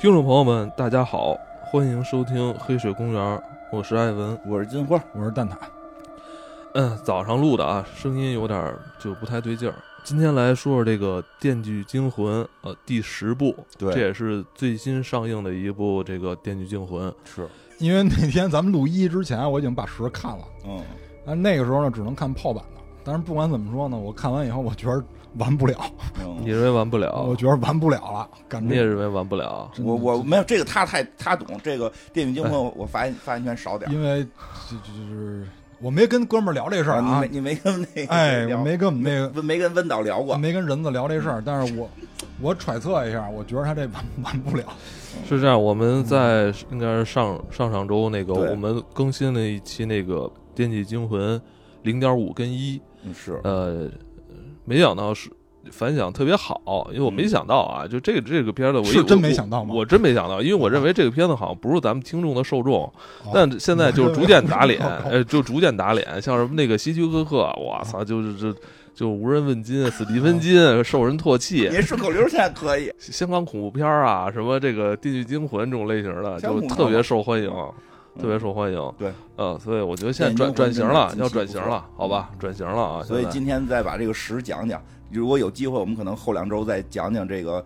听众朋友们大家好，欢迎收听黑水公园，我是艾文， 我是金花， 我是蛋挞。 早上录的啊，声音有点就不太对劲儿。今天来说说这个《电锯惊魂》第10部， 对， 这也是最新上映的一部这个《电锯惊魂》。 是因为那天咱们录1之前，我已经把10看了，但那个时候呢，只能看炮版的。但是不管怎么说呢，我看完以后，我觉得完不了。 你认为完不了？ 我觉得完不了了。 你也认为完不了？ 我没有这个，他懂这个《电锯惊魂》，我发言权少点， 因为就是我没跟哥们儿聊这事儿啊， 你没跟那个，我没跟我们那个没跟温导聊过， 没跟人子聊这事儿，但是我揣测一下，我觉得他这完不了。 是这样，我们在应该是上周那个，我们更新了一期那个《电锯惊魂》0.5跟1。 是没想到是反响特别好，因为我没想到啊，就这个片子是真没想到吗？ 我真没想到，因为我认为这个片子好像不是咱们听众的受众，但现在就逐渐打脸，就逐渐打脸，像什么那个希区柯克，我操，就无人问津，史蒂芬金受人唾弃， 你顺口溜现在可以， 香港恐怖片啊，什么这个《电锯惊魂》这种类型的，就特别受欢迎。特别受欢迎， 对， 所以我觉得现在转型了，要转型了，好吧，转型了啊！ 所以今天再把这个10讲讲，如果有机会，我们可能后2周再讲讲这个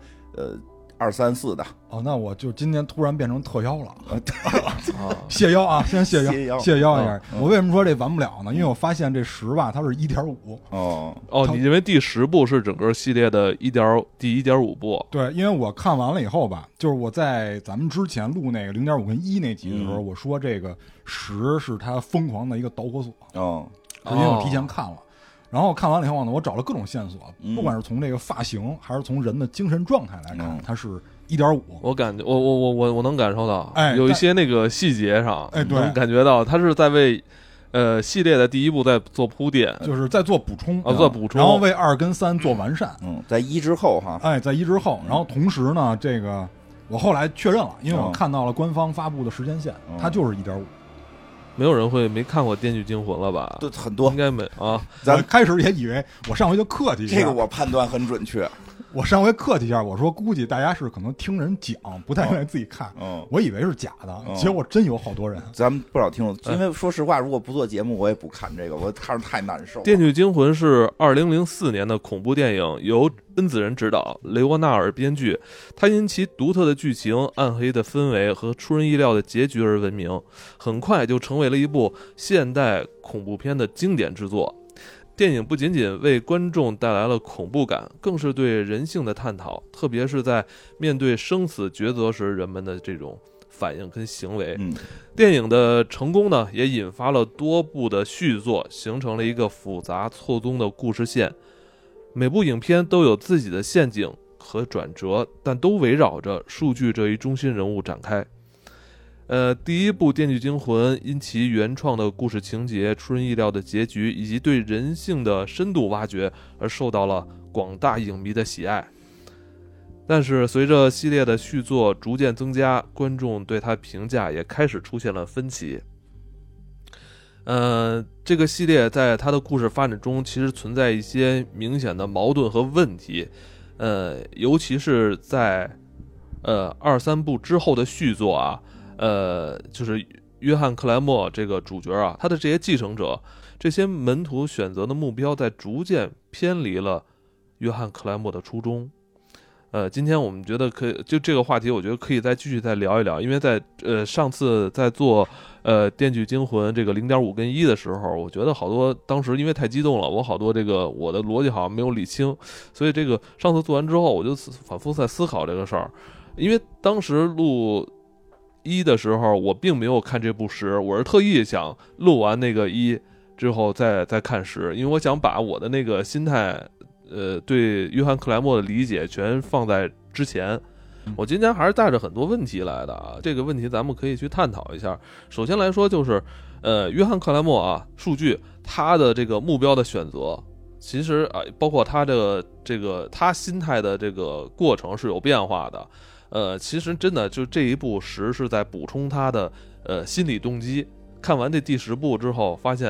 2、3、4的。 那我就今天突然变成特邀了，谢邀啊，先谢邀一下。我为什么说这完不了呢？因为我发现这10吧，它是1.5。 你认为第10部是整个系列的第1.5部？ 对，因为我看完了以后吧，就是我在咱们之前录那个0.5跟1那集的时候，我说这个10是他疯狂的一个导火索，是因为我提前看了。然后看完了以后呢，我找了各种线索，不管是从这个发型，还是从人的精神状态来看，它是1.5。 我感觉，我能感受到，有一些那个细节上，能感觉到他是在为系列的第1部在做铺垫， 就是在做补充， 做补充， 然后为2跟3做完善。 在1之后哈， 在1之后，然后同时呢，这个我后来确认了，因为我看到了官方发布的时间线，它就是1.5。 没有人会没看过《电锯惊魂》了吧？ 对，很多应该没啊。 咱开始也以为我上回就客气一下， 这个我判断很准确。 我上回客气一下，我说估计大家是可能听人讲，不太愿意自己看。我以为是假的，结果真有好多人。 咱们不少听众，因为说实话，如果不做节目，我也不看这个，我看着太难受了。 《电锯惊魂》是2004年的恐怖电影，由恩子仁执导，雷沃纳尔编剧。他因其独特的剧情、暗黑的氛围和出人意料的结局而闻名，很快就成为了一部现代恐怖片的经典之作。电影不仅仅为观众带来了恐怖感，更是对人性的探讨，特别是在面对生死抉择时人们的这种反应跟行为。电影的成功呢，也引发了多部的续作，形成了一个复杂错综的故事线。每部影片都有自己的陷阱和转折，但都围绕着数据这一中心人物展开。第1部《电锯惊魂》因其原创的故事情节、出人意料的结局以及对人性的深度挖掘而受到了广大影迷的喜爱。但是随着系列的续作逐渐增加，观众对它评价也开始出现了分歧。这个系列在它的故事发展中其实存在一些明显的矛盾和问题，尤其是在2、3部之后的续作啊。就是约翰·克莱默这个主角啊，他的这些继承者，这些门徒选择的目标在逐渐偏离了约翰·克莱默的初衷。今天我们觉得可以，就这个话题，我觉得可以再继续再聊一聊，因为在上次在做《电锯惊魂》这个0.5跟1的时候，我觉得好多当时因为太激动了，我好多这个我的逻辑好像没有理清，所以这个上次做完之后，我就反复在思考这个事儿，因为当时录1的时候，我并没有看这部10，我是特意想录完那个1之后再看10，因为我想把我的那个心态，对约翰·克莱默的理解全放在之前。我今天还是带着很多问题来的啊，这个问题咱们可以去探讨一下。首先来说就是，约翰·克莱默啊，数据他的这个目标的选择，其实啊，包括他的这个他心态的这个过程是有变化的。其实真的就这一部10是在补充他的心理动机。看完这第10部之后，发现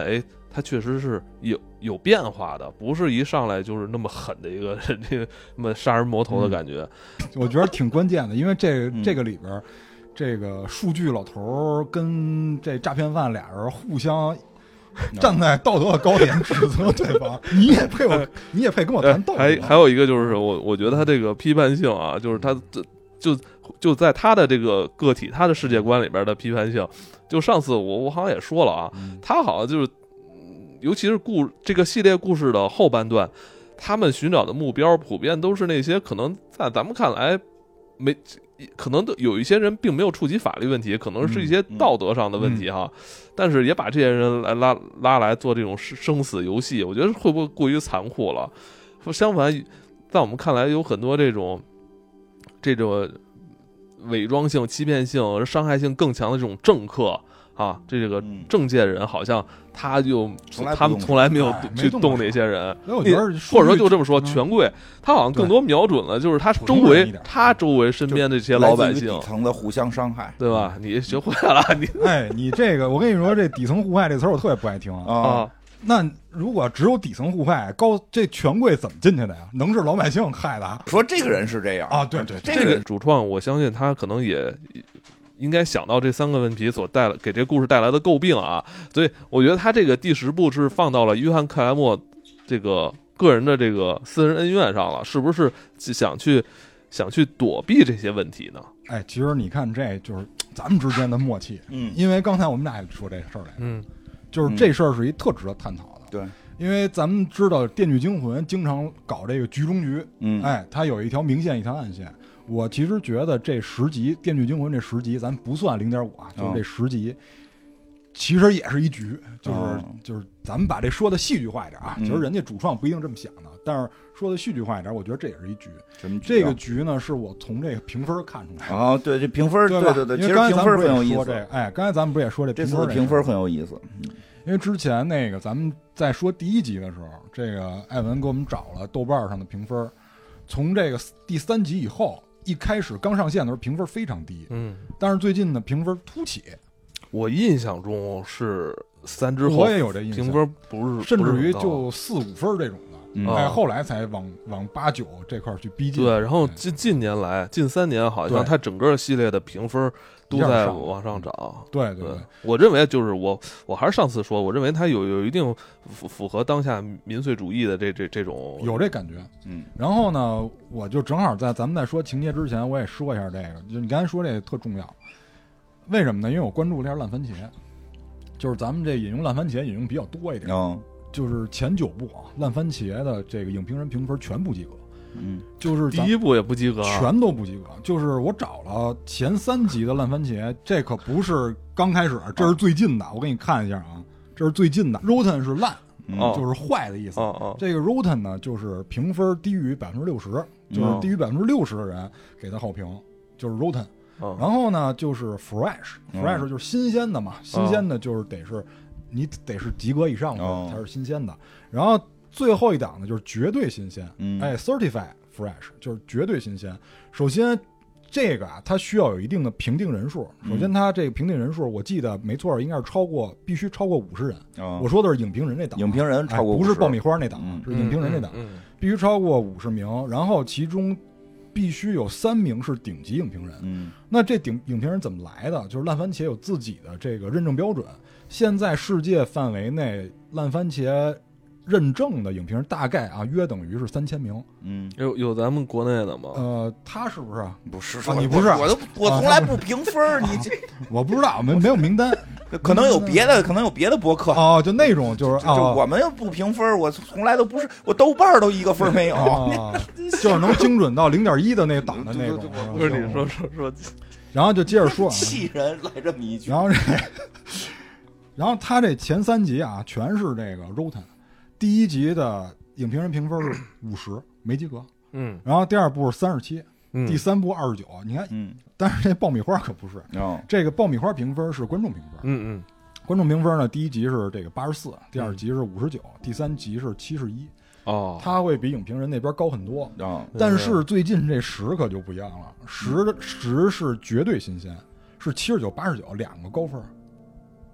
它确实是有变化的，不是一上来就是那么狠的一个这个那么杀人魔头的感觉。 我觉得挺关键的，因为这个里边，这个数据老头跟这诈骗犯俩人互相站在道德的高点指责对方，你也配跟我谈道德？ 还有一个就是我觉得他这个批判性啊，就是他就在他的这个个体他的世界观里边的批判性，就上次我好像也说了啊，他好像就是尤其是这个系列故事的后半段，他们寻找的目标普遍都是那些可能在咱们看来可能有一些人并没有触及法律问题，可能是一些道德上的问题哈，但是也把这些人来拉来做这种生死游戏，我觉得会不会过于残酷了？相反，在我们看来，有很多这种伪装性、欺骗性、伤害性更强的这种政客啊，这个政界人好像他们从来没有去动那些人， 我觉得或者说就这么说，权贵他好像更多瞄准了就是他周围身边的这些老百姓底层的互相伤害， 对吧？你学会了你这个我跟你说，这底层互害这词儿我特别不爱听啊。那如果只有底层互害，这权贵怎么进去的呀？能是老百姓害的？ 说这个人是这样啊？ 对， 这个人主创，我相信他可能也应该想到这3个问题所给这故事带来的诟病啊，所以我觉得他这个第10部是放到了约翰克莱默这个个人的这个私人恩怨上了，是不是想去躲避这些问题呢？ 哎，其实你看，这就是咱们之间的默契。因为刚才我们俩也说这事儿来，就是这事儿是一特值得探讨的。 对， 因为咱们知道《电锯惊魂》经常搞这个局中局，它有一条明线，一条暗线。我其实觉得这10集《电锯惊魂》这10集，咱不算0.5啊，就是这10集，其实也是一局，就是咱们把这说的戏剧化一点啊，其实人家主创不一定这么想的，但是说的戏剧化一点，我觉得这也是一局。 什么局啊？ 这个局呢，是我从这个评分看出来的啊。对，这评分，对，其实评分很有意思。 刚才咱们不也说这次评分很有意思。 因为之前那个咱们在说第1集的时候，这个艾文给我们找了豆瓣上的评分，从这个第3集以后，一开始刚上线的时候评分非常低，但是最近呢评分突起。 我印象中是3之后， 我也有这印象， 评分不是， 甚至于就4、5分这种的，后来才往8、9这块去逼近。 对，然后近年来近3年，好像它整个系列的评分都在往上涨。 对， 我认为就是我还是上次说，我认为它有一定符合当下民粹主义的这种有这感觉。然后呢，我就正好在咱们在说情节之前，我也说一下这个，就你刚才说这个特重要。为什么呢？因为我关注了一下烂番茄，就是咱们这引用烂番茄引用比较多一点，就是前9部啊，烂番茄的这个影评人评分全不及格。就是第1部也不及格， 全都不及格。就是我找了前3集的烂番茄，这可不是刚开始，这是最近的。我给你看一下啊，这是最近的。Rotten 是烂，就是坏的意思。这个 Rotten 呢，就是评分低于60%，就是低于60%的人给他好评，就是 Rotten。然后呢，就是 fresh 就是新鲜的嘛，新鲜的就是你得是及格以上的才是新鲜的。然后最后一档呢，就是绝对新鲜，certified fresh 就是绝对新鲜。首先这个它需要有一定的评定人数。首先它这个评定人数，我记得没错，应该是必须超过50人。我说的是影评人这档， 影评人超过50， 不是爆米花那档，是影评人这档，必须超过50名。然后其中必须有3名是顶级影评人。那这影评人怎么来的？就是烂番茄有自己的这个认证标准。现在世界范围内烂番茄认证的影评人大概约等于是3000名。 有咱们国内的吗？ 他是不是？ 不是， 你不是？ 我从来不评分，你这我不知道，没有名单， 可能有别的博客就那种就是我们又不评分，我从来都不是，我豆瓣都1个分没有， 就是能精准到0.1的那档的那种。 不是你说， 然后就接着说， 气人来这么一句。 然后他这前3集啊，全是这个 Rotten。第1集的影评人评分是50，没及格。然后第2部是37，第3部29。你看，但是这爆米花可不是。这个爆米花评分是观众评分。观众评分呢，第1集是这个84，第2集是59，第3集是71。它会比影评人那边高很多。但是最近这10可就不一样了，10是绝对新鲜，是79、89，2个高分。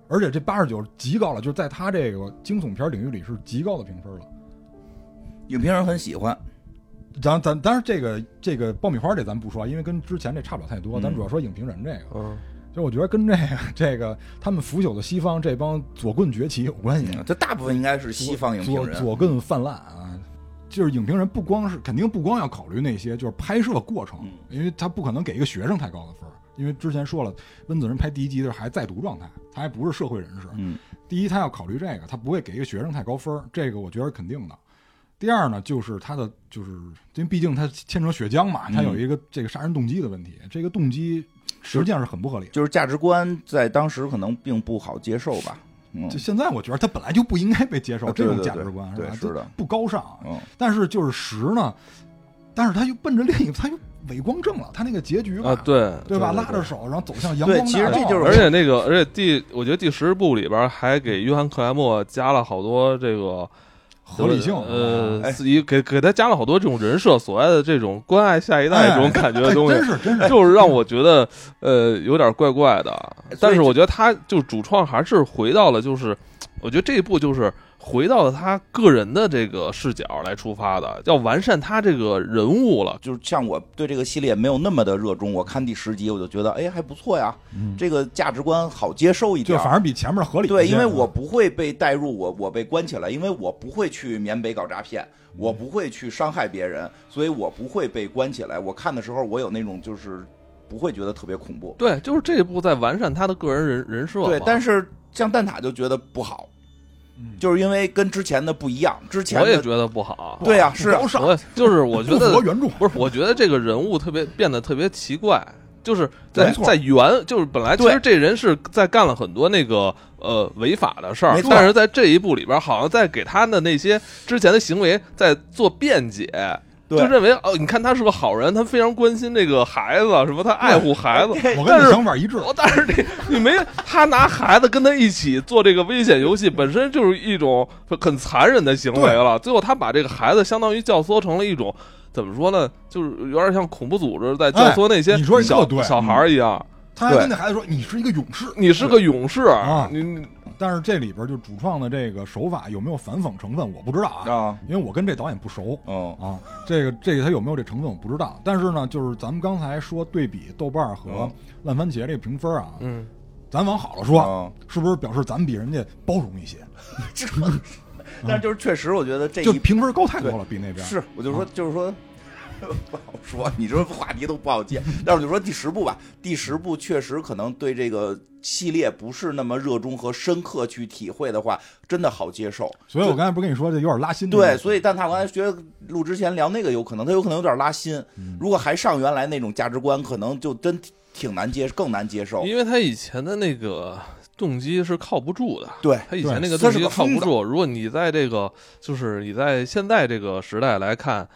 而且这89极高了，就是在他这个惊悚片领域里是极高的评分了， 影评人很喜欢。 当然这个爆米花这咱不说，因为跟之前这差不了太多，咱主要说影评人这个。就我觉得跟这个他们腐朽的西方这帮左棍崛起有关系。 这大部分应该是西方影评人， 左棍泛滥啊。就是影评人肯定不光要考虑那些就是拍摄过程，因为他不可能给一个学生太高的分，因为之前说了，温子仁拍第1集的时候还在读状态，他还不是社会人士。第一他要考虑这个，他不会给一个学生太高分，这个我觉得是肯定的。第二呢，就是他的就是因为毕竟他牵扯血浆嘛，他有一个这个杀人动机的问题，这个动机实际上是很不合理的， 就是价值观在当时可能并不好接受吧。 就现在我觉得他本来就不应该被接受这种价值观， 对，是的， 不高尚。但是就是实呢，但是他又奔着另一个，他又伪光正了，他那个结局吧，对吧？拉着手，然后走向阳光大道。 其实这就是， 而且我觉得第10部里边还给约翰克莱默加了好多这个合理性， 自己给他加了好多这种人设所谓的这种关爱下一代这种感觉的东西， 真是就是让我觉得有点怪怪的。但是我觉得他就主创还是回到了，就是我觉得这一部就是回到了他个人的这个视角来出发的，要完善他这个人物了。 就是像我对这个系列没有那么的热衷，我看第10集我就觉得哎还不错呀，这个价值观好接受一点， 就反而比前面合理。 对，因为我不会被带入，我被关起来，因为我不会去缅北搞诈骗，我不会去伤害别人，所以我不会被关起来。我看的时候我有那种就是不会觉得特别恐怖。 对，就是这一部在完善他的个人人设。 对，但是像蛋挞就觉得不好。就是因为跟之前的不一样，之前我也觉得不好。 对呀，是就是我觉得原著不是，我觉得这个人物变得特别奇怪，就是在就是本来其实这人是在干了很多那个违法的事儿，但是在这一部里边好像在给他的那些之前的行为在做辩解。就认为你看他是个好人，他非常关心这个孩子，什么他爱护孩子。 我跟你想法一致。 但是你没他拿孩子跟他一起做这个危险游戏，本身就是一种很残忍的行为了。最后他把这个孩子相当于教唆成了一种怎么说呢，就是有点像恐怖组织在教唆那些小孩一样。 他还跟那孩子说：“你是一个勇士， 你是个勇士啊！”但是这里边就主创的这个手法有没有反讽成分，我不知道啊，因为我跟这导演不熟。这个他有没有这成分我不知道。但是呢，就是咱们刚才说对比豆瓣和烂番茄这个评分啊，咱往好了说，是不是表示咱们比人家包容一些？ 但是就是确实，我觉得就评分高太多了，比那边是。我就说，就是说。不好说，你这话题都不好接。但是我就说第10部吧，第10部确实可能对这个系列不是那么热衷和深刻去体会的话，真的好接受。 所以我刚才不跟你说这有点拉新。 对，所以但他刚才觉得录之前聊那个有可能，他有可能有点拉新。如果还上原来那种价值观，可能就真挺难接，更难接受。 因为他以前的那个动机是靠不住的， 对他以前那个动机靠不住。如果你在这个，就是你在现在这个时代来看，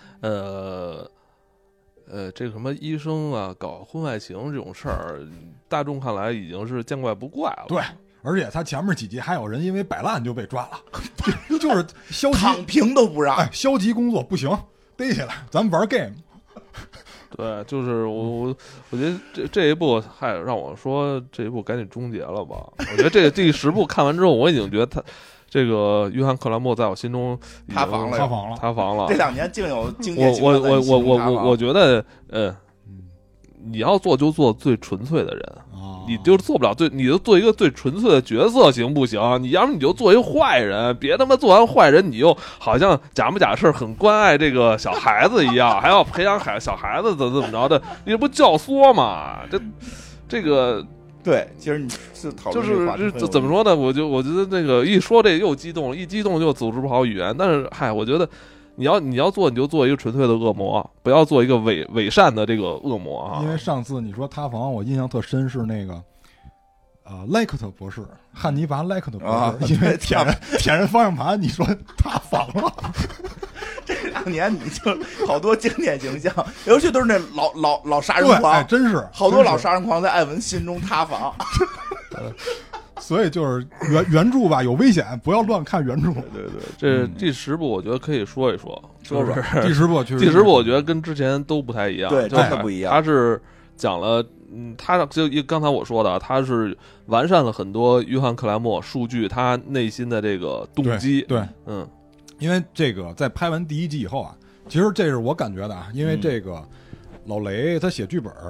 这个什么医生啊，搞婚外情这种事儿，大众看来已经是见怪不怪了。 对，而且他前面几集还有人因为摆烂就被抓了，就是消极躺平都不让， 消极工作不行，逮起来，咱们玩 game。 对，就是我觉得这一部还让我说这一部赶紧终结了吧。我觉得这第10部看完之后，我已经觉得他这个约翰克莱默在我心中塌房了。这2年竟有经典型的我觉得你要做就做最纯粹的人，你就做不了你就做一个最纯粹的角色行不行？你要么你就做一个坏人，别他妈做完坏人你又好像假模假式很关爱这个小孩子一样，还要培养小孩子怎么着的，你这不教唆吗？这个。 对，其实你是讨论就是怎么说呢？我觉得那个一说这又激动，一激动就组织不好语言。但是我觉得你要做，你就做一个纯粹的恶魔，不要做一个伪善的这个恶魔啊。 因为上次你说塌房，我印象特深是那个莱克特博士，汉尼拔莱克特博士，因为舔人方向盘，你说塌房了。 这2年你就好多经典形象，尤其都是那老杀人狂， 真是好多老杀人狂在艾文心中塌房。 所以就是原著吧，有危险，不要乱看原著。 对，这第10部我觉得可以说一说。 第10部确实， 第10部我觉得跟之前都不太一样， 对，真的不一样。 他是讲了他就刚才我说的，他是完善了很多约翰克莱默数据他内心的这个动机。 对，因为这个在拍完第1集以后啊，其实这是我感觉的啊，因为这个老雷他写剧本，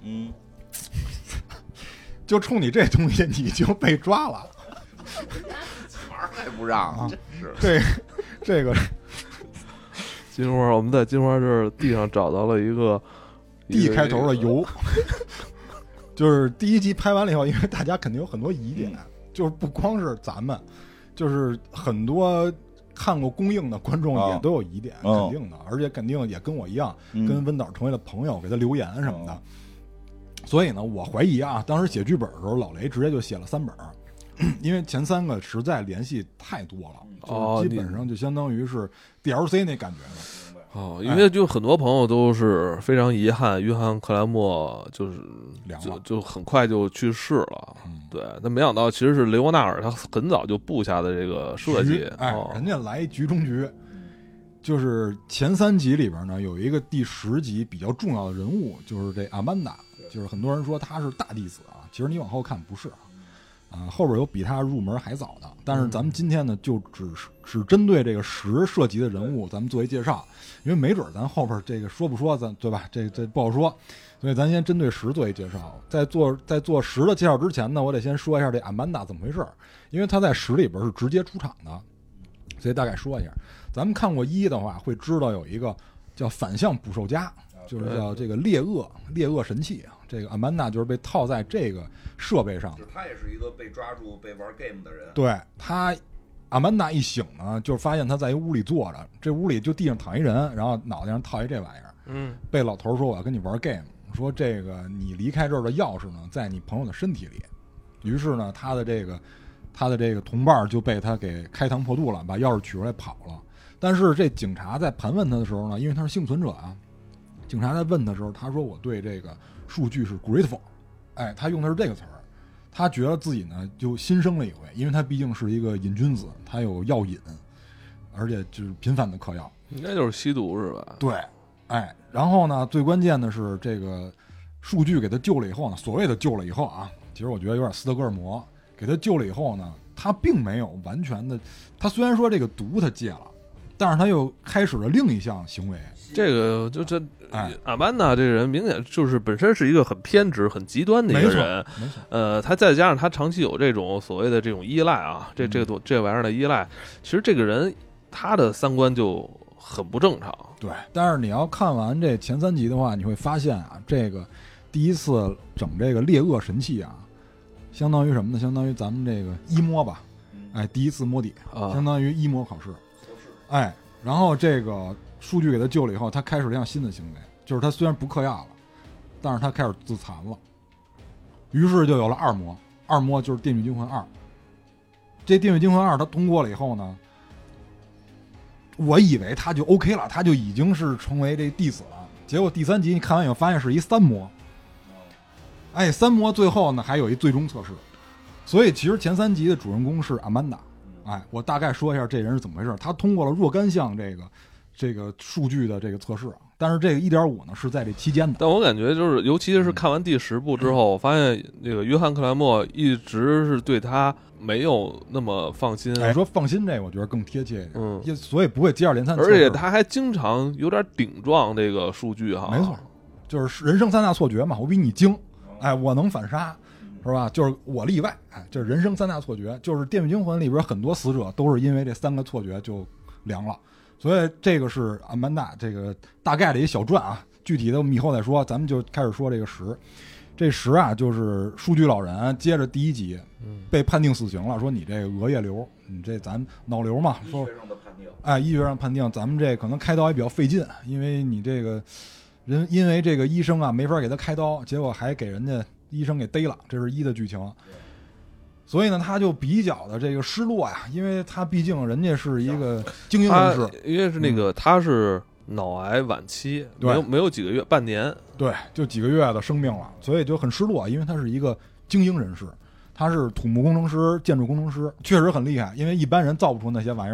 就冲你这东西你就被抓了， 玩还不让， 真是这个。 金花，我们在金花这儿地上找到了一个 D 开头的油，就是第1集拍完了以后，因为大家肯定有很多疑点，就是不光是咱们，就是很多看过公映的观众也都有疑点，肯定的，而且肯定也跟我一样，跟温导成为了朋友，给他留言什么的。所以呢，我怀疑啊，当时写剧本的时候，老雷直接就写了3本，因为前3个实在联系太多了，就是基本上就相当于是 DLC 那感觉了。 因为就很多朋友都是非常遗憾，约翰克莱默就很快就去世了。对，但没想到其实是雷欧纳尔他很早就布下的这个设计。 人家来局中局，就是前3集里边呢有一个第10集比较重要的人物，就是这阿曼达，就是很多人说他是大弟子啊，其实你往后看不是后边有比他入门还早的，但是咱们今天呢就只针对这个10涉及的人物咱们做一介绍，因为没准咱后边这个说不说咱对吧，这不好说，所以咱先针对10做一介绍。在做10的介绍之前呢，我得先说一下这阿曼达怎么回事，因为他在10里边是直接出场的，所以大概说一下。咱们看过1的话会知道有一个叫反向捕兽夹，就是叫这个猎恶神器啊。这个阿曼达就是被套在这个设备上， 就是他也是一个被抓住被玩 game 的人。 对，他阿曼达一醒呢，就发现他在一屋里坐着，这屋里就地上躺一人，然后脑袋上套一这玩意儿。被老头说我要跟你玩 game， 说这个你离开这儿的钥匙呢在你朋友的身体里。于是呢，他的这个同伴就被他给开膛破肚了，把钥匙取出来跑了。但是这警察在盘问他的时候呢，因为他是幸存者啊，警察在问他的时候，他说我对这个数据是 grateful， 他用的是这个词儿，他觉得自己呢就新生了一回，因为他毕竟是一个瘾君子，他有药瘾，而且就是频繁的嗑药， 应该就是吸毒是吧？ 对，然后呢，最关键的是这个数据给他救了以后呢，所谓的救了以后啊，其实我觉得有点斯德哥尔摩，给他救了以后呢，他并没有完全的，他虽然说这个毒他戒了，但是他又开始了另一项行为。 这个就这阿曼达这个人明显就是本身是一个很偏执很极端的一个人， 没错， 他再加上他长期有这种所谓的这种依赖啊，这玩意儿的依赖，其实这个人他的3观就很不正常。 对，但是你要看完这前3集的话，你会发现啊，这个第一次整这个猎恶神器啊，相当于什么呢？相当于咱们这个一摸吧，第一次摸底，相当于一摸考试，然后这个数据给他救了以后，他开始了一项新的行为，就是他虽然不嗑药了，但是他开始自残了，于是就有了2摸，就是《电锯惊魂2》。这《电锯惊魂2》他通过了以后呢，我以为他就 OK 了，他就已经是成为这弟子了。结果第3集你看完以后发现是一3摸，3摸最后呢还有一最终测试，所以其实前3集的主人公是阿曼达。我大概说一下这人是怎么回事。他通过了若干项这个数据的这个测试，但是这个 1.5 呢是在这期间的。 但我感觉就是，尤其是看完第10部之后，我发现这个约翰克莱默一直是对他没有那么放心。 说放心这个我觉得更贴切一点，所以不会接二连三。 而且他还经常有点顶撞这个数据哈。 没错，就是人生3大错觉嘛，我比你精，我能反杀。是吧？就是我例外，就是人生3大错觉，就是《电锯惊魂》里边很多死者都是因为这3个错觉就凉了，所以这个是阿曼达这个大概的一小传啊，具体的我们以后再说，咱们就开始说这个10。这10啊，就是数据老人接着第1集被判定死刑了，说你这个额叶瘤，你这咱脑瘤嘛，说医学上的判定， 医学上判定，咱们这可能开刀也比较费劲，因为你这个人因为这个医生啊没法给他开刀，结果还给人家医生给逮了，这是1的剧情。所以呢，他就比较的这个失落呀，因为他毕竟人家是一个精英人士， 因为是那个他是脑癌晚期，没有几个月，半年， 对，就几个月的生命了，所以就很失落，因为他是一个精英人士，他是土木工程师、建筑工程师，确实很厉害，因为一般人造不出那些玩意儿来，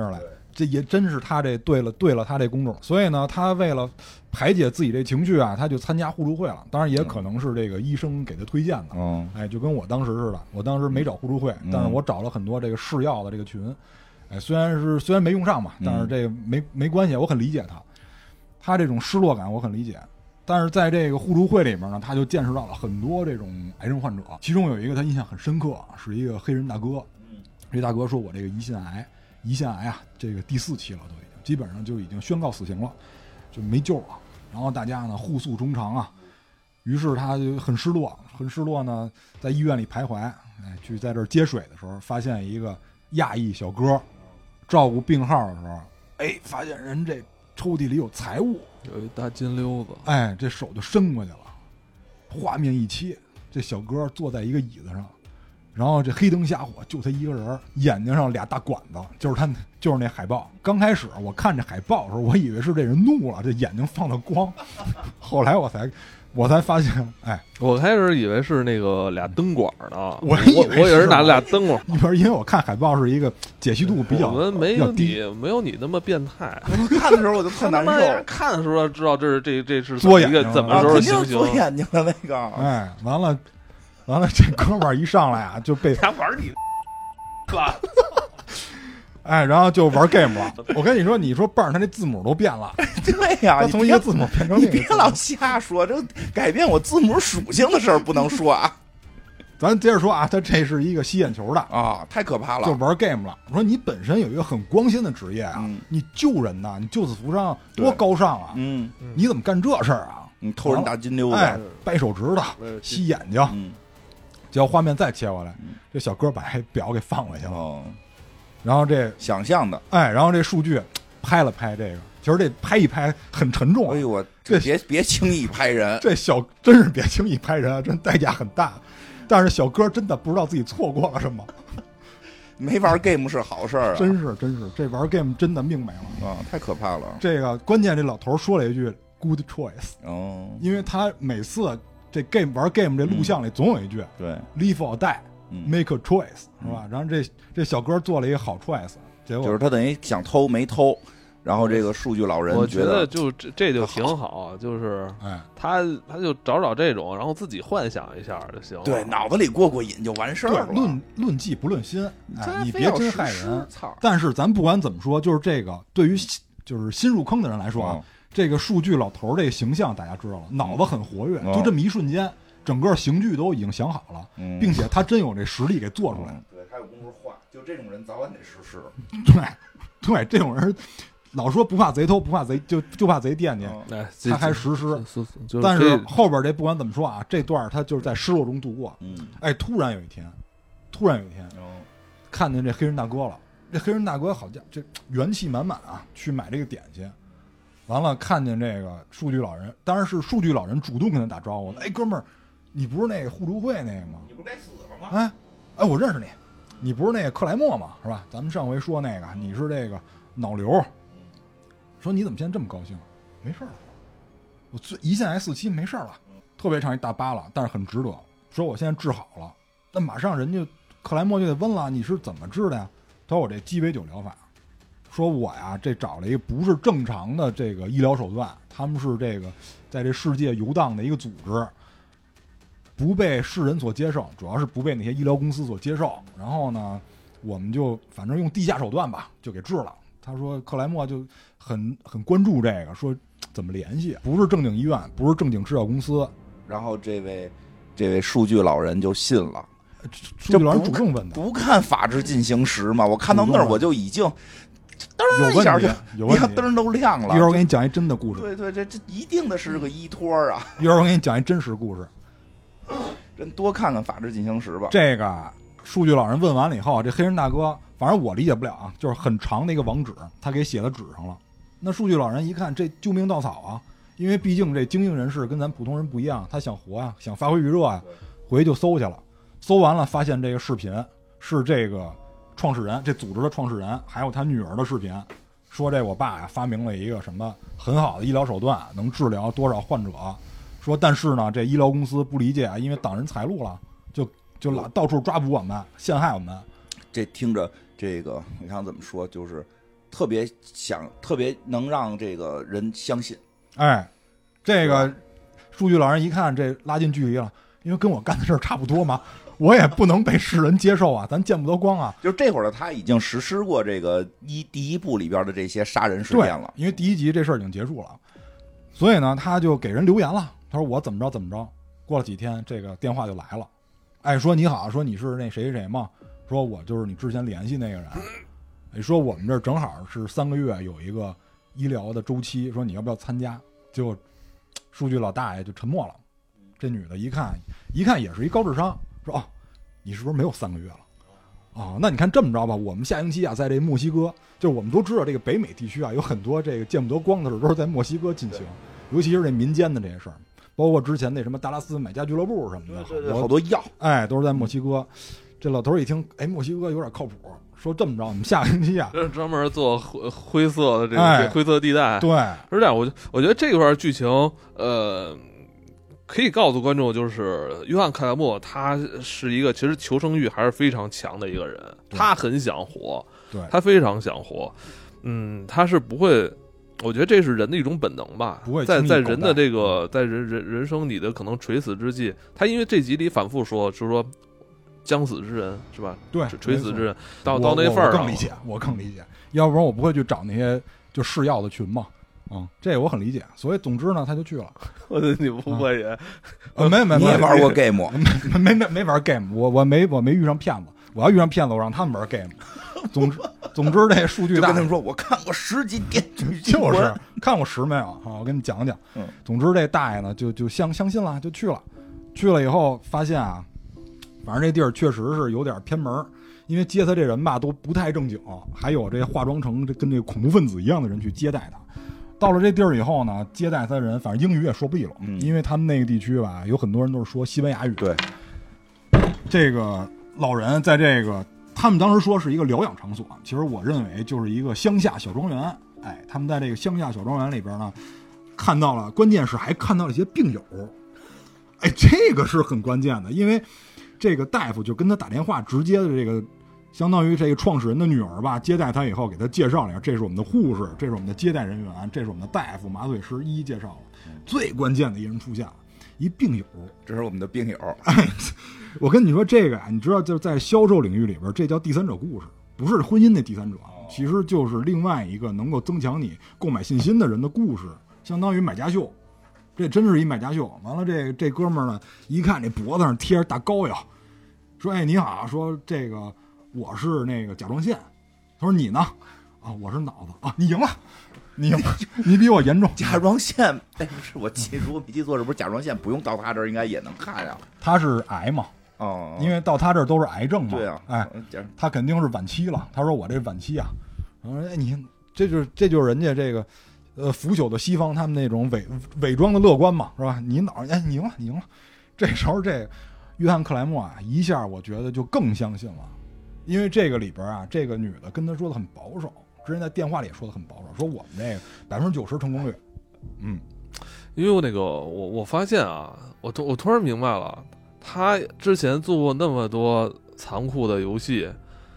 这也真是他这对了他这公众，所以呢，他为了排解自己这情绪啊，他就参加互助会了。当然也可能是这个医生给他推荐的，哎，就跟我当时似的，我当时没找互助会，但是我找了很多这个试药的这个群，哎，虽然没用上嘛，但是这个没关系，我很理解他这种失落感我很理解。但是在这个互助会里面呢，他就见识到了很多这种癌症患者，其中有一个他印象很深刻，是一个黑人大哥。这大哥说我这个胰腺癌啊，这个第4期了，都已经基本上就已经宣告死刑了，就没救了。然后大家呢互诉衷肠啊，于是他就很失落呢，在医院里徘徊，哎，去在这儿接水的时候，发现一个亚裔小哥照顾病号的时候，哎，发现人这抽屉里有财物， 有一大金溜子， 哎，这手就伸过去了，画面一切，这小哥坐在一个椅子上。然后这黑灯瞎火，就他一个人，眼睛上俩大管子，就是那海报。刚开始我看这海报的时候，我以为是这人怒了，这眼睛放的光。后来我才发现，哎， 我开始以为是那个俩灯管呢， 我以为是拿俩灯管。 一边因为我看海报是一个解析度比较， 我们没有你那么变态。 看的时候我就特难受， 看的时候知道这是一个怎么时候行刑， 左眼睛的那个， 哎，完了，这哥们儿一上来啊，就被他玩你吧， 哎，然后就玩 game 了。我跟你说，你说伴儿他那字母都变了， 对呀， 他从一个字母变成另一个字母。 你别老瞎说，这改变我字母属性的事儿不能说啊。 咱接着说啊，他这是一个吸眼球的啊，太可怕了， 就玩 game 了。我说你本身有一个很光鲜的职业啊，你救人呐，你救死扶伤，多高尚啊！你怎么干这事儿啊？ 你偷人大金溜子， 哎，掰手指头，吸眼睛。只要画面再切过来，这小哥把这表给放回去了，然后这想象的， 哎，然后这数据拍了拍这个，其实这拍一拍很沉重。 哎呦我这别轻易拍人， 这真是别轻易拍人啊，真代价很大。但是小哥真的不知道自己错过了什么。 没玩 game 是好事儿啊， 真是这玩 game 真的命没了啊，太可怕了。 这个关键这老头说了一句 good choice，因为他每次这 玩 game 这录像里总有一句对 live or die，make a choice，是吧？然后这小哥做了一个好 choice， 结果就是他等于想偷没偷。然后这个数据老人我觉得就这就挺好，就是他就找这种，然后自己幻想一下就行了。 对，脑子里过瘾就完事儿了。 论迹不论心，哎，你别真害人。但是咱不管怎么说，就是这个对于就是新入坑的人来说啊，这个数据老头这个形象大家知道了，脑子很活跃，就这么一瞬间，整个刑具都已经想好了，并且他真有这实力给做出来。 对，他有功夫画，就这种人早晚得实施。 对，这种人。老说不怕贼偷，不怕贼就怕贼惦记，他还实施。但是后边这不管怎么说啊，这段他就是在失落中度过。哎，突然有一天，看见这黑人大哥了。这黑人大哥好像这元气满满啊，去买这个点心。完了，看见这个数据老人，当然是数据老人主动跟他打招呼。哎，哥们儿，你不是那个互助会那个吗？ 你不是该死了吗？ 哎，我认识你，你不是那个克莱默吗？是吧？咱们上回说那个，你是这个脑瘤。说你怎么现在这么高兴？没事了，我胰腺癌4期没事了，特别长一大疤了，但是很值得。说我现在治好了，那马上人家克莱默就得问了，你是怎么治的呀？他说我这鸡尾酒疗法。说我呀，这找了一个不是正常的这个医疗手段，他们是这个在这世界游荡的一个组织，不被世人所接受，主要是不被那些医疗公司所接受。然后呢，我们就反正用地下手段吧，就给治了。他说克莱默就很关注这个，说怎么联系，不是正经医院，不是正经制药公司。 然后这位数据老人就信了。 数据老人主动问的， 不看《法制进行时》吗？我看到那儿我就已经噔一下就灯都亮了。 一会儿我给你讲一真的故事。 对，这一定的是个依托啊。 一会儿我给你讲一真实故事。 真多看看《法制进行时》吧。 这个数据老人问完了以后，这黑人大哥。反正我理解不了啊，就是很长的一个网址，他给写到纸上了。那数据老人一看，这救命稻草啊，因为毕竟这精英人士跟咱普通人不一样，他想活啊，想发挥余热啊，回去就搜去了。搜完了，发现这个视频是这个创始人，这组织的创始人，还有他女儿的视频，说这我爸呀发明了一个什么很好的医疗手段，能治疗多少患者。说但是呢，这医疗公司不理解啊，因为挡人财路了，就到处抓捕我们，陷害我们。 这听着。这个你看怎么说，就是特别能让这个人相信。 哎，这个数据老人一看这拉近距离了，因为跟我干的事儿差不多嘛，我也不能被世人接受啊，咱见不得光啊。 就是这会儿的他已经实施过这个第一部里边的这些杀人事件了， 因为第1集这事儿已经结束了，所以呢，他就给人留言了，他说我怎么着怎么着。过了几天，这个电话就来了，哎，说你好，说你是那谁谁吗？说我就是你之前联系那个人。你说我们这正好是3个月有一个医疗的周期，说你要不要参加？结果数据老大爷就沉默了。这女的一看也是一高智商，说哦，你是不是没有3个月了？哦，那你看这么着吧，我们下星期啊，在这墨西哥，就是我们都知道这个北美地区啊，有很多这个见不得光的事都是在墨西哥进行，尤其是这民间的这些事儿，包括之前那什么达拉斯买家俱乐部什么的， 对好多药， 哎，都是在墨西哥。这老头一听，哎，墨西哥有点靠谱。说这么着，你们下个星期啊， 这是专门做灰色的这个灰色地带。 对， 是这样。我觉得这块剧情，可以告诉观众，就是约翰克莱默他是一个其实求生欲还是非常强的一个人，他很想活， 对， 他非常想活。他是不会，我觉得这是人的一种本能吧。 不会在人的这个在人生你的可能垂死之际，他因为这集里反复说，就是说。将死之人是吧？ 对， 垂死之人到那份儿上， 我更理解。要不然我不会去找那些就试药的群嘛。这个我很理解。所以总之呢，他就去了。 你不会也？ 没， 你也玩过 game？ 没玩 game。我没遇上骗子。我要遇上骗子，我让他们玩 game。总之，这数据大， 就跟他们说，我看过10集电锯惊魂，就是看过10没有啊？我跟你讲讲。总之，这大爷呢就相信了，就去了。去了以后发现啊。反正这地儿确实是有点偏门，因为接他这人吧都不太正经，还有这化妆成跟这个恐怖分子一样的人去接待他。到了这地儿以后呢，接待他的人反正英语也说不利落，因为他们那个地区吧有很多人都是说西班牙语。 对， 这个老人在这个他们当时说是一个疗养场所，其实我认为就是一个乡下小庄园。哎，他们在这个乡下小庄园里边呢，看到了，关键是还看到了一些病友。哎，这个是很关键的，因为这个大夫就跟他打电话，直接的这个相当于这个创始人的女儿吧，接待他以后给他介绍了一下，这是我们的护士，这是我们的接待人员，这是我们的大夫麻醉师，一一介绍了。最关键的一人出现了，一病友， 这是我们的病友。 我跟你说这个啊，你知道就是在销售领域里边，这叫第三者故事，不是婚姻的第三者，其实就是另外一个能够增强你购买信心的人的故事，相当于买家秀。这真是一买家秀。完了这哥们儿呢，一看这脖子上贴着大膏药，说哎你好，说这个我是那个甲状腺，他说你呢？啊我是脑子啊，你赢了，你比我严重。 甲状腺，哎不是我如果没记错，是不是甲状腺不用到他这儿应该也能看呀？ 他是癌嘛， 哦， 因为到他这儿都是癌症嘛。 对啊， 哎，他肯定是晚期了。他说我这晚期啊，然后哎你这就是人家这个。腐朽的西方，他们那种伪装的乐观嘛，是吧？你你赢了。这时候这约翰克莱默啊，一下我觉得就更相信了，因为这个里边啊，这个女的跟他说的很保守，之前在电话里也说的很保守，说我们这个90%成功率。 因为那个我发现啊，我突然明白了，他之前做过那么多残酷的游戏，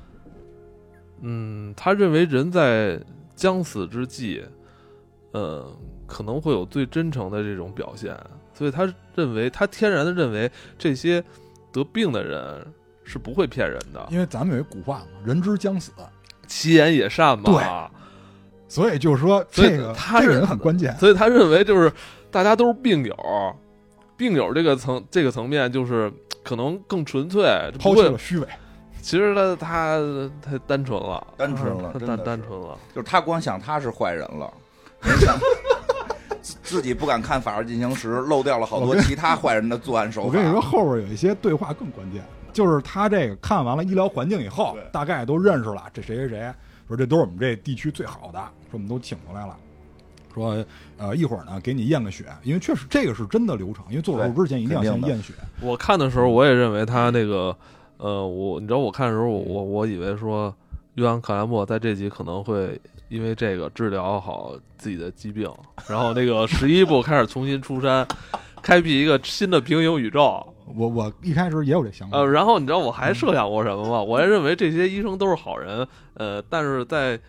他认为人在将死之际。可能会有最真诚的这种表现，所以他天然的认为这些得病的人是不会骗人的， 因为咱们有一古话嘛，人之将死， 其言也善嘛。 对，所以就是说这个他这个人很关键， 所以他认为就是大家都是病友这个层面就是可能更纯粹， 抛弃了虚伪。 其实他太单纯了， 单纯了，就是他光想他是坏人了。自己不敢看《法制进行时》，漏掉了好多其他坏人的作案手法。 我跟你说，后边有一些对话更关键，就是他这个看完了医疗环境以后，大概都认识了这谁，说这都是我们这地区最好的，说我们都请过来了，说一会儿呢给你验个血，因为确实这个是真的流程，因为做手术之前一定要先验血。 我看的时候我也认为他那个你知道我看的时候我以为说约翰克莱默在这集可能会。因为这个治疗好自己的疾病，然后那个11部开始重新出山，开辟一个新的平行宇宙。 我一开始也有这想法。 然后你知道我还设想过什么吗？我还认为这些医生都是好人，但是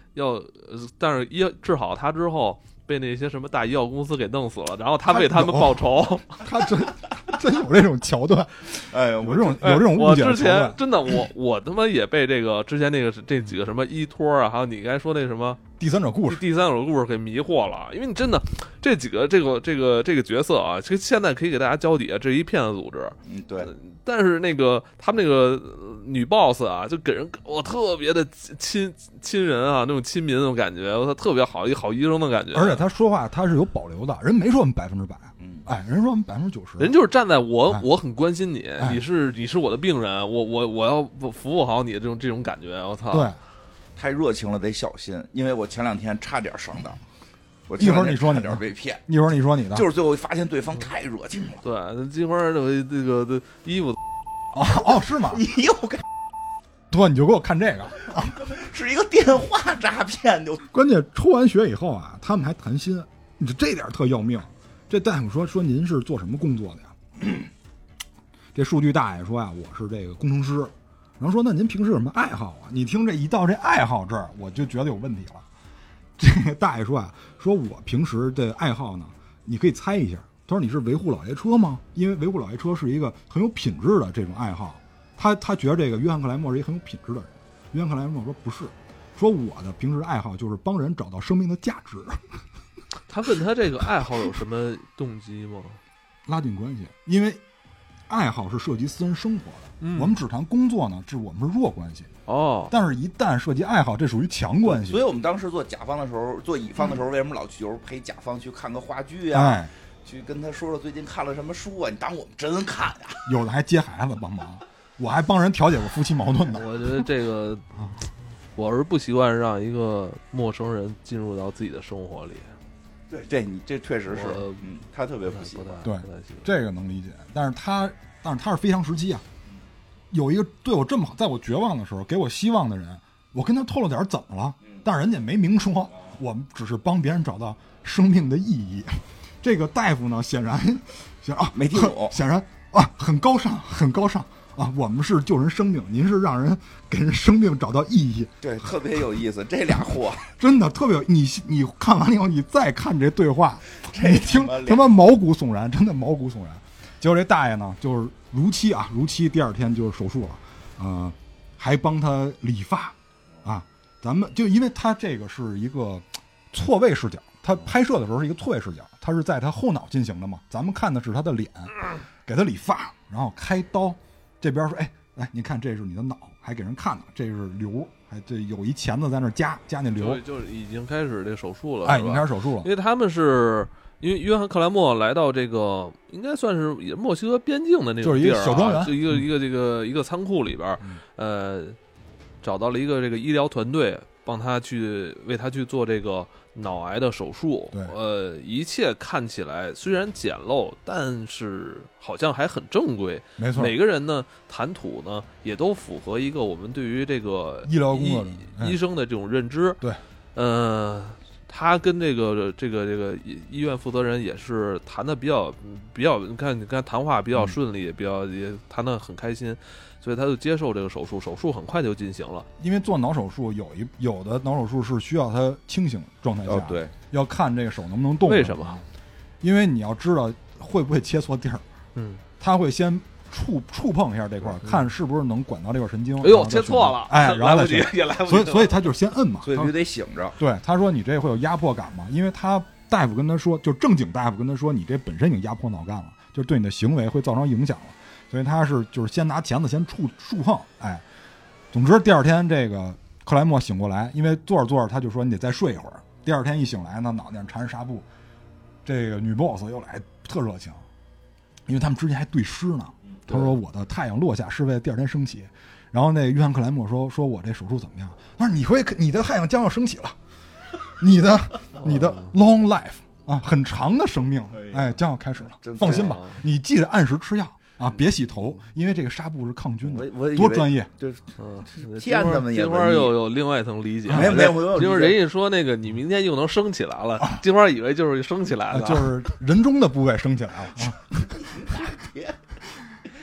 治好他之后，被那些什么大医药公司给弄死了，然后他为他们报仇。 他真有这种桥段， 哎， 有这种误解的桥段。 我之前真的我他妈也被这个之前这几个什么依托啊，还有你刚才说那什么第三者故事给迷惑了，因为你真的这几个这个角色啊，其实现在可以给大家交底，这是一骗子组织。 对。 但是他们那个女 boss 啊，就给人我特别的亲人啊，那种亲民那种感觉，他特别好，一个好医生的感觉。 而且他说话他是有保留的，人没说我们100%，人说我们90%， 人就是站在我很关心你，你是我的病人，我要服务好你的这种感觉，我操！ 对， 太热情了得小心，因为我前2天差点上当。 一会儿你说你的被骗， 一会儿你说你的， 就是最后发现对方太热情了。 对，金花这个衣服， 是吗？ 你又给， 对，你就给我看这个， 是一个电话诈骗。就关键抽完血以后啊，他们还谈心，你这点特要命。这大夫说您是做什么工作的呀？这数据大爷说啊，我是这个工程师。然后说那您平时有什么爱好啊？你听一到这爱好这儿，我就觉得有问题了。这个大爷说啊，说我平时的爱好呢，你可以猜一下。他说你是维护老爷车吗？因为维护老爷车是一个很有品质的这种爱好。他觉得这个约翰克莱默是一个很有品质的人。约翰克莱默说不是，说我的平时爱好就是帮人找到生命的价值。 他问他这个爱好有什么动机吗？ 拉近关系，因为爱好是涉及私人生活的。我们只谈工作呢，我们是弱关系。但是一旦涉及爱好，这属于强关系。 所以我们当时做甲方的时候，做乙方的时候，为什么老去陪甲方去看个话剧啊？去跟他说最近看了什么书啊？你当我们真看呀？ 有的还接孩子帮忙，我还帮人调解过夫妻矛盾呢。 我觉得这个，我是不习惯让一个陌生人进入到自己的生活里。 对，这确实是，他特别不习惯。 对，这个能理解。但是他是非常时期啊。有一个对我这么好，在我绝望的时候给我希望的人，我跟他透露点怎么了，但是人家没明说，我们只是帮别人找到生命的意义。这个大夫呢，显然没听懂， 显然很高尚啊！我们是救人生命，您是让人给人生命找到意义， 对，特别有意思。这俩货真的特别有，你看完了以后，你再看这对话，你听他妈毛骨悚然，真的毛骨悚然。结果这大爷呢，就是如期第2天就是手术了，还帮他理发啊。咱们就因为他这个是一个错位视角，他拍摄的时候是一个错位视角，他是在他后脑进行的嘛，咱们看的是他的脸，给他理发，然后开刀。这边说，来，你看这是你的脑，还给人看呢，这是瘤，还这有一钳子在那夹那瘤， 就是已经开始这手术了， 已经开始手术了。 因为他们是因为约翰克莱默来到这个应该算是墨西哥边境的那种地儿，就是一个小庄园， 就一个仓库里边，找到了一个这个医疗团队，为他去做这个脑癌的手术。 对， 一切看起来虽然简陋，但是好像还很正规。 没错， 每个人呢谈吐呢也都符合一个我们对于这个医疗工作医生的这种认知。 对， 他跟这个医院负责人也是谈的比较，你看谈话比较顺利，也谈得很开心，所以他就接受这个手术很快就进行了。 因为做脑手术有的脑手术是需要他清醒状态下， 对， 要看这个手能不能动。 为什么？ 因为你要知道会不会切错地儿，他会先触碰一下这块，看是不是能管到这块神经。 哎呦，切错了， 然后也来不及， 所以他就先摁嘛， 所以必须得醒着。 对，他说你这会有压迫感嘛，因为大夫跟他说，就正经大夫跟他说，你这本身已经压迫脑干了，就是对你的行为会造成影响了，所以他就是先拿钳子先触碰。总之第2天这个克莱默醒过来，因为坐着他就说你得再睡一会儿。第2天一醒来呢，脑袋上缠着纱布，这个女 boss 又来特热情，因为他们之前还对诗呢。他说我的太阳落下是为了第2天升起，然后那约翰克莱默说我这手术怎么样？他说你的太阳将要升起了，你的 long life 啊，很长的生命将要开始了，放心吧，你记得按时吃药啊，别洗头，因为这个纱布是抗菌的。多专业！ 骗他们也。 金花又有另外一层理解， 没有。 因为人家说那个你明天又能升起来了，金花以为就是升起来了， 就是人中的部位升起来了。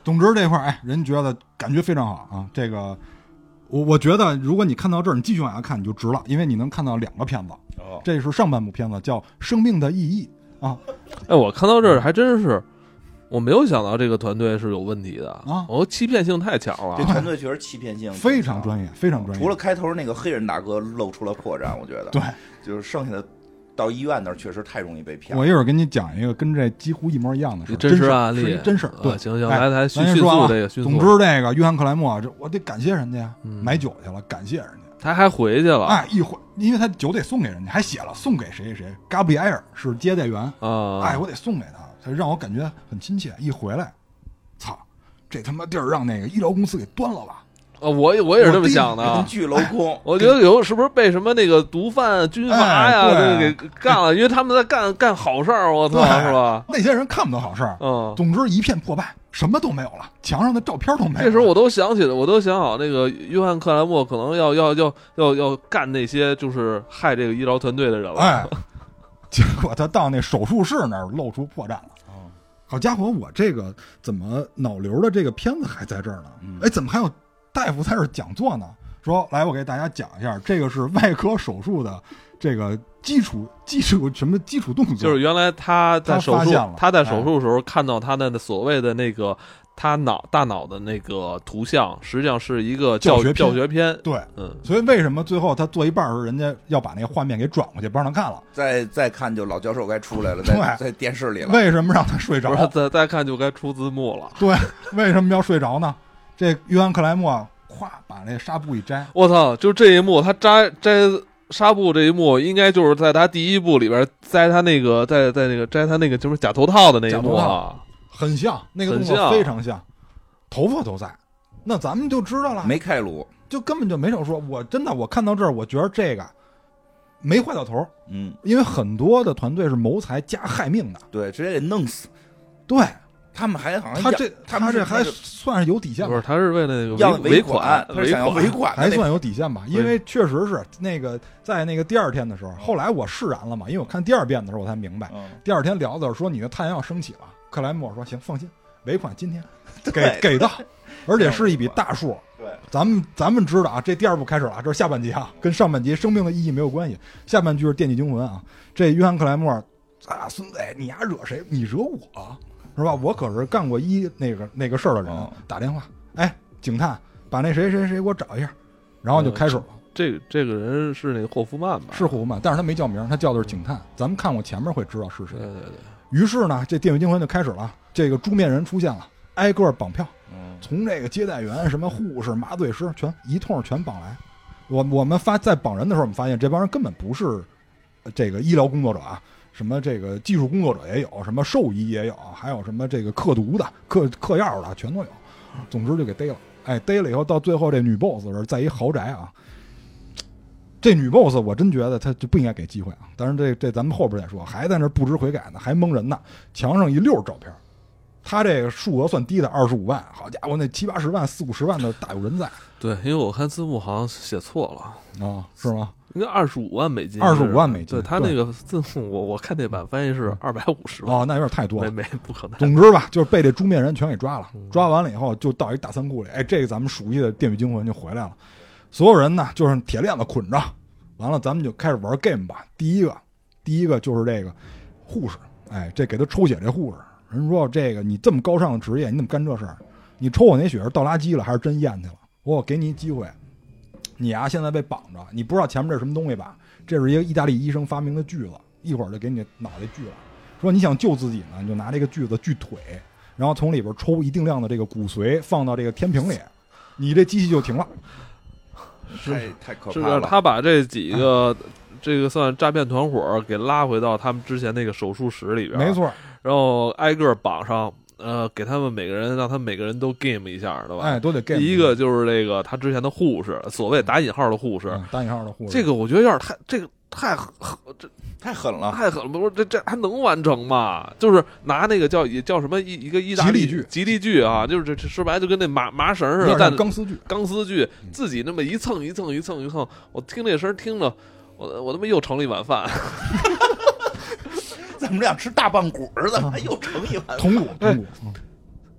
总之这块儿，人觉得感觉非常好啊。这个，我觉得如果你看到这儿，你继续往下看你就值了，因为你能看到2个片子。这是上半部片子，叫《生命的意义》啊。 我看到这儿还真是。我没有想到这个团队是有问题的啊！欺骗性太强了。 这团队确实欺骗性非常专业，非常专业。 除了开头那个黑人大哥露出了破绽，我觉得对， 就是剩下的到医院那儿确实太容易被骗。 我一会儿跟你讲一个跟这几乎一模一样的事， 真实案例， 真事儿。对， 行，来迅速这个。 总之，这个约翰克莱默，我得感谢人家，买酒去了，感谢人家。 他还回去了， 一回，因为他酒得送给人家，还写了送给谁谁，加布里埃尔是接待员啊，我得送给他，他让我感觉很亲切。一回来，操，这他妈地儿让那个医疗公司给端了吧？ 我也是这么想的， 巨镂空。 我觉得是不是被什么那个毒贩军阀呀给干了？因为他们在干好事儿，我操，是吧？ 那些人看不到好事儿，总之一片破败。什么都没有了，墙上的照片都没有了。 这时候我都想起了，我都想好那个约翰克莱默可能要干那些就是害这个医疗团队的人了。 结果他到那手术室那儿露出破绽了。好家伙，我这个怎么脑瘤的这个片子还在这儿呢？怎么还有大夫在这儿讲座呢？说来，我给大家讲一下，这个是外科手术的这个基础什么基础动作， 就是原来他在手术时候看到他的所谓的那个他大脑的那个图像，实际上是一个教学片。 对，所以为什么最后他做一半的时候，人家要把那个画面给转过去，不让他看了？ 再看就老教授该出来了，在电视里了。 为什么让他睡着？ 再看就该出字幕了。 对，为什么要睡着呢？这约翰克莱默咵把那纱布一摘， 我操！就这一幕，他摘纱布这一幕，应该就是在他第一部里边摘他那个在那个摘他那个就是假头套的那一幕啊， 很像，那个动作非常像，头发都在，那咱们就知道了， 没开颅， 就根本就没少说。我真的我看到这儿，我觉得这个没坏到头，因为很多的团队是谋财加害命的， 对，直接给弄死， 对。 他们还好像他这还算是有底线吧？ 不是，他是为了那个要尾款，他想要尾款， 还算有底线吧？因为确实是那个在那个第二天的时候，后来我释然了嘛，因为我看第二遍的时候我才明白，第二天聊的说你的太阳要升起了，克莱默说行，放心，尾款今天给到，而且是一笔大数。 对， 咱们知道啊，这第二部开始了，这是下半集啊，跟上半集生命的意义没有关系，下半句是惦记惊魂啊。这约翰克莱默啊，孙子，你丫惹谁？你惹我？是吧？我可是干过那个事儿的人，打电话，警探，把那谁谁谁给我找一下，然后就开始了。 这个人是那个霍夫曼吧？ 是霍夫曼，但是他没叫名，他叫的是警探。咱们看过前面会知道是谁。 对。 于是呢，这电锯惊魂就开始了，这个猪面人出现了，挨个绑票，从这个接待员、什么护士、麻醉师，一通全绑来。我们在绑人的时候，我们发现这帮人根本不是这个医疗工作者啊。什么这个技术工作者也有，什么兽医也有，还有什么这个嗑毒的、嗑药的，全都有。总之就给逮了。逮了以后，到最后这女 boss 是在一豪宅啊。这女 boss 我真觉得她就不应该给机会啊。当然这咱们后边再说，还在那不知悔改呢，还蒙人呢。墙上一溜照片，他这个数额算低的25万，好家伙，那70-80万、40-50万的大有人在。 对，因为我看字幕好像写错了啊，是吗？ 应该25万美金 ，25万美金。 对他那个字幕，我看那版翻译是250万。 那有点太多了， 没不可能。 总之吧，就是被这猪面人全给抓了。抓完了以后，就到一大仓库里。这个咱们熟悉的《电锯惊魂》就回来了。所有人呢，就是铁链子捆着，完了咱们就开始玩 game 吧。第一个就是这个护士，这给他抽血这护士，人说这个你这么高尚的职业，你怎么干这事儿？你抽我那血是倒垃圾了，还是真咽去了？我给你一机会。你啊，现在被绑着，你不知道前面这是什么东西吧？这是一个意大利医生发明的锯子，一会儿就给你脑袋锯了。说你想救自己呢，你就拿这个锯子锯腿，然后从里边抽一定量的这个骨髓，放到这个天平里，你这机器就停了。 太可怕了！ 是他把这几个这个算诈骗团伙给拉回到他们之前那个手术室里边， 没错。 然后挨个绑上。给他们每个人，让他们每个人都 game 一下，对吧？ 都得 game。 第一个就是这个他之前的护士，所谓打引号的护士， 打引号的护士。 这个我觉得有点太狠了， 不是这还能完成吗？就是拿那个叫什么一个意大利吉利锯啊，就是这说白就跟那麻绳似的，但钢丝锯， 自己那么一蹭，我听那声听着，我他妈又盛了一碗饭。 咱们俩吃大棒骨，怎么又盛一碗？ 筒骨，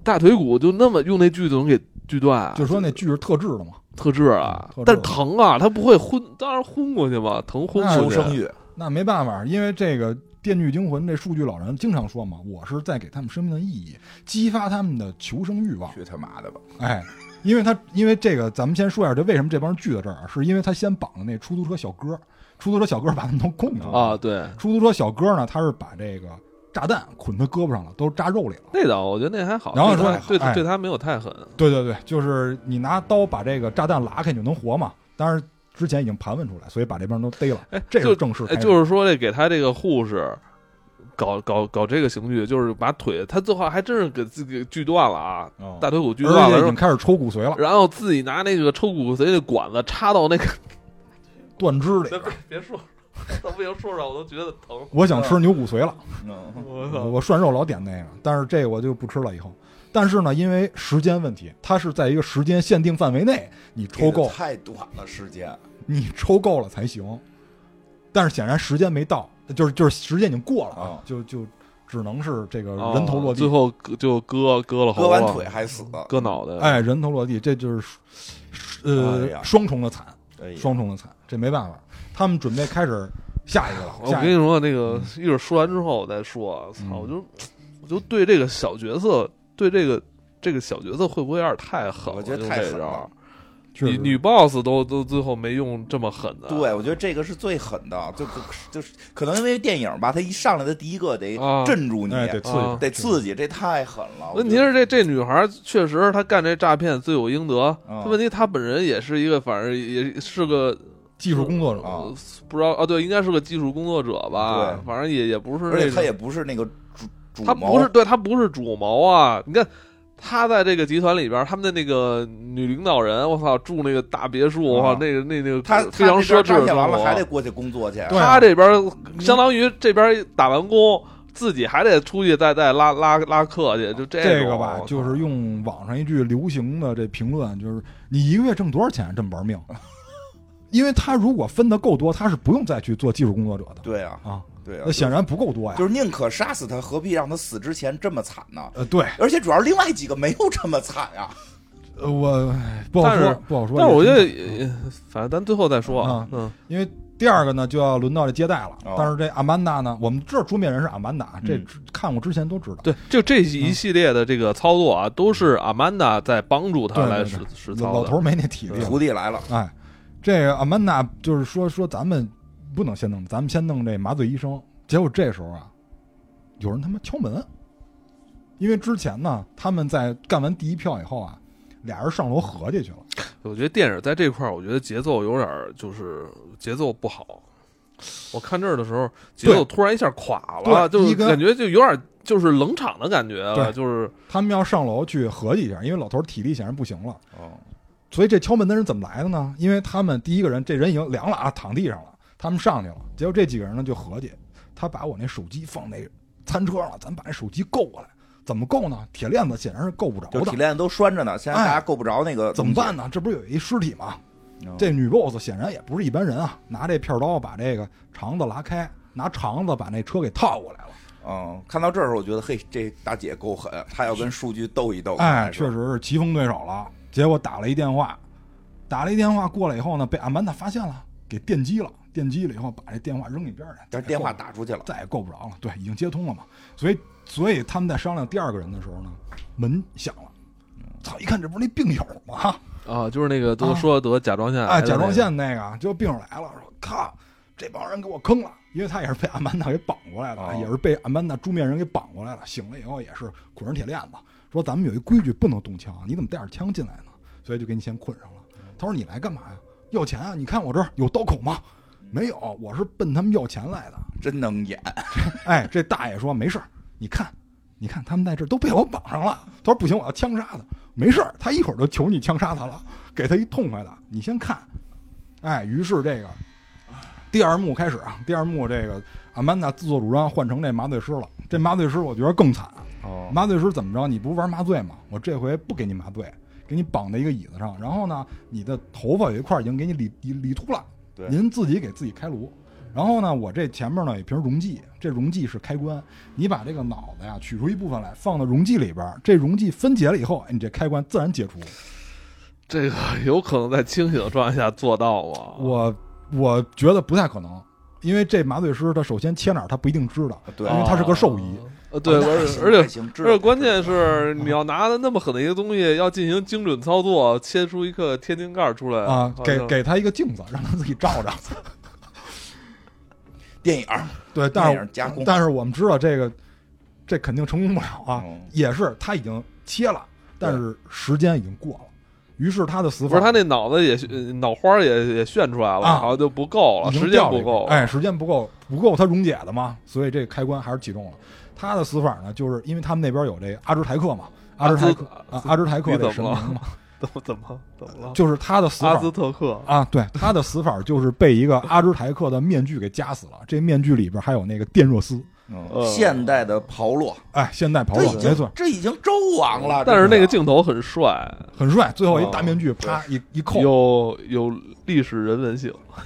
大腿骨就那么用那锯子能给锯断， 就说那锯是特制的嘛， 特制啊，但是疼啊，他不会昏，当然昏过去嘛，疼昏过去。 求生欲， 那没办法，因为这个《电锯惊魂》这数据老人经常说嘛，我是在给他们生命的意义，激发他们的求生欲望。 去他妈的吧！ 哎，因为这个，咱们先说一下，这为什么这帮人聚到这儿啊？是因为他先绑了那出租车小哥，出租车小哥把他们都供住了啊。对， 出租车小哥呢，他是把这个炸弹捆他胳膊上了，都扎肉里了。 那倒我觉得那还好。 然后说对他没有太狠。 对对对，就是你拿刀把这个炸弹拉开，你就能活嘛。当然之前已经盘问出来，所以把这帮人都逮了。 哎， 这是正式。 就是说这给他这个护士搞这个刑具，就是把腿，他最后还真是给自己锯断了啊，大腿骨锯断了， 已经开始抽骨髓了。 然后自己拿那个抽骨髓的管子插到那个断肢里。 别说。他不行，说出来我都觉得疼。 我想吃牛骨髓了， 我涮肉老点那个，但是这个我就不吃了以后。但是呢，因为时间问题，它是在一个时间限定范围内，你抽够太短了时间， 你抽够了才行。但是显然时间没到，就是时间已经过了啊，就只能是这个人头落地， 最后就割了喉， 割完腿还死， 割脑袋， 哎，人头落地，这就是双重的惨，双重的惨，这没办法。他们准备开始下一个了。 我跟你说，那个一会儿说完之后我再说。操，我就对这个小角色，对这个小角色会不会有点太狠了？ 我觉得太狠了。 女 boss 都最后没用这么狠的。 对，我觉得这个是最狠的，就是可能因为电影吧，他一上来的第一个得镇住你，得刺激，这太狠了。 问题是这女孩确实她干这诈骗罪有应得，问题她本人也是一个，反正也是个。 技术工作者不知道啊，对，应该是个技术工作者吧，反正也不是， 而且他也不是那个主他不是，对，他不是主谋啊。你看他在这个集团里边，他们的那个女领导人，我操，住那个大别墅，我操，那个他非常奢侈， 完了还得过去工作去。 他这边相当于这边打完工，自己还得出去再拉客去，就这个吧，就是用网上一句流行的这评论，就是你一个月挣多少钱这么玩命？因为他如果分的够多，他是不用再去做技术工作者的。 对啊，对啊， 那显然不够多呀。 就是宁可杀死他，何必让他死之前这么惨呢？ 对， 而且主要另外几个没有这么惨呀。 我不好说。 但是我觉得，反正咱最后再说啊。 因为第二个呢就要轮到这接待了。但是这阿曼达呢，我们知道桌面人是阿曼达，这看过之前都知道。 对，就这一系列的这个操作啊，都是阿曼达在帮助他来实操的。 老头没那体力， 徒弟来了， 哎。这个阿曼达就是说咱们不能先弄，咱们先弄这麻醉医生。结果这时候啊，有人他妈敲门，因为之前呢，他们在干完第一票以后啊，俩人上楼合计去了。 我觉得电影在这块儿，我觉得节奏有点就是节奏不好。我看这儿的时候，节奏突然一下垮了，就感觉就有点就是冷场的感觉了。就是他们要上楼去合计一下，因为老头体力显然不行了。所以这敲门的人怎么来的呢？因为他们第一个人，这人已经凉了啊，躺地上了。他们上去了，结果这几个人呢就合计，他把我那手机放那餐车上了，咱把那手机够过来。怎么够呢？铁链子显然是够不着的， 就铁链子都拴着呢，现在大家够不着那个， 怎么办呢？这不是有一尸体吗？这女 boss 显然也不是一般人啊，拿这片刀把这个肠子拉开，拿肠子把那车给套过来了。 看到这儿我觉得嘿，这大姐够狠，她要跟数据斗一斗。 哎，确实是棋逢对手了。结果打了一电话过来以后呢，被阿曼达发现了，给电击了以后，把这电话扔一边去， 但是电话打出去了， 再也够不着了。对，已经接通了嘛。所以他们在商量第二个人的时候呢，门响了。操！一看这不是那病友吗？ 啊，就是那个都说得甲状腺癌，甲状腺那个，结果病友来了，说靠，这帮人给我坑了，因为他也是被阿曼达给绑过来的，也是被阿曼达猪面人给绑过来了。醒了以后也是捆上铁链子。说咱们有一规矩，不能动枪，你怎么带着枪进来呢？所以就给你先捆上了。他说你来干嘛呀？要钱啊！你看我这儿有刀口吗？没有，我是奔他们要钱来的。 真能演。 哎，这大爷说没事，你看他们在这儿都被我绑上了。他说不行，我要枪杀他。没事，他一会儿就求你枪杀他了，给他一痛快的。你先看。哎，于是这个第二幕开始啊，第二幕这个阿曼达自作主张换成这麻醉师了。这麻醉师我觉得更惨。麻醉师怎么着？你不是玩麻醉吗？我这回不给你麻醉，给你绑在一个椅子上，然后呢，你的头发有一块已经给你理秃了，您自己给自己开颅， 然后呢，我这前面呢有一瓶溶剂，这溶剂是开关，你把这个脑子呀取出一部分来，放到溶剂里边，这溶剂分解了以后，你这开关自然解除。 这个有可能在清醒的状态下做到吗？ 我觉得不太可能，因为这麻醉师他首先切哪儿他不一定知道， 对， 因为他是个兽医。 对，而且关键是你要拿的那么狠的一个东西，要进行精准操作，切出一个天灵盖出来啊，给他一个镜子，让他自己照着。 电影对，但是我们知道这肯定成功不了啊，也是他已经切了，但是时间已经过了。于是他的死法不是他那脑子也脑花也炫出来了，好像就不够了，时间不够， 时间不够他溶解的嘛，所以这个开关还是启动了。他的死法呢，就是因为他们那边有这阿兹台克嘛，阿兹台克这神明嘛， 怎么了？ 就是他的死法， 阿兹特克啊，对，他的死法就是被一个阿兹台克的面具给夹死了，这面具里边还有那个电热丝。 现代的炮洛， 现代炮洛，没错， 这已经周王了。 但是那个镜头很帅， 很帅，最后一大面具啪一扣， 有历史人文性。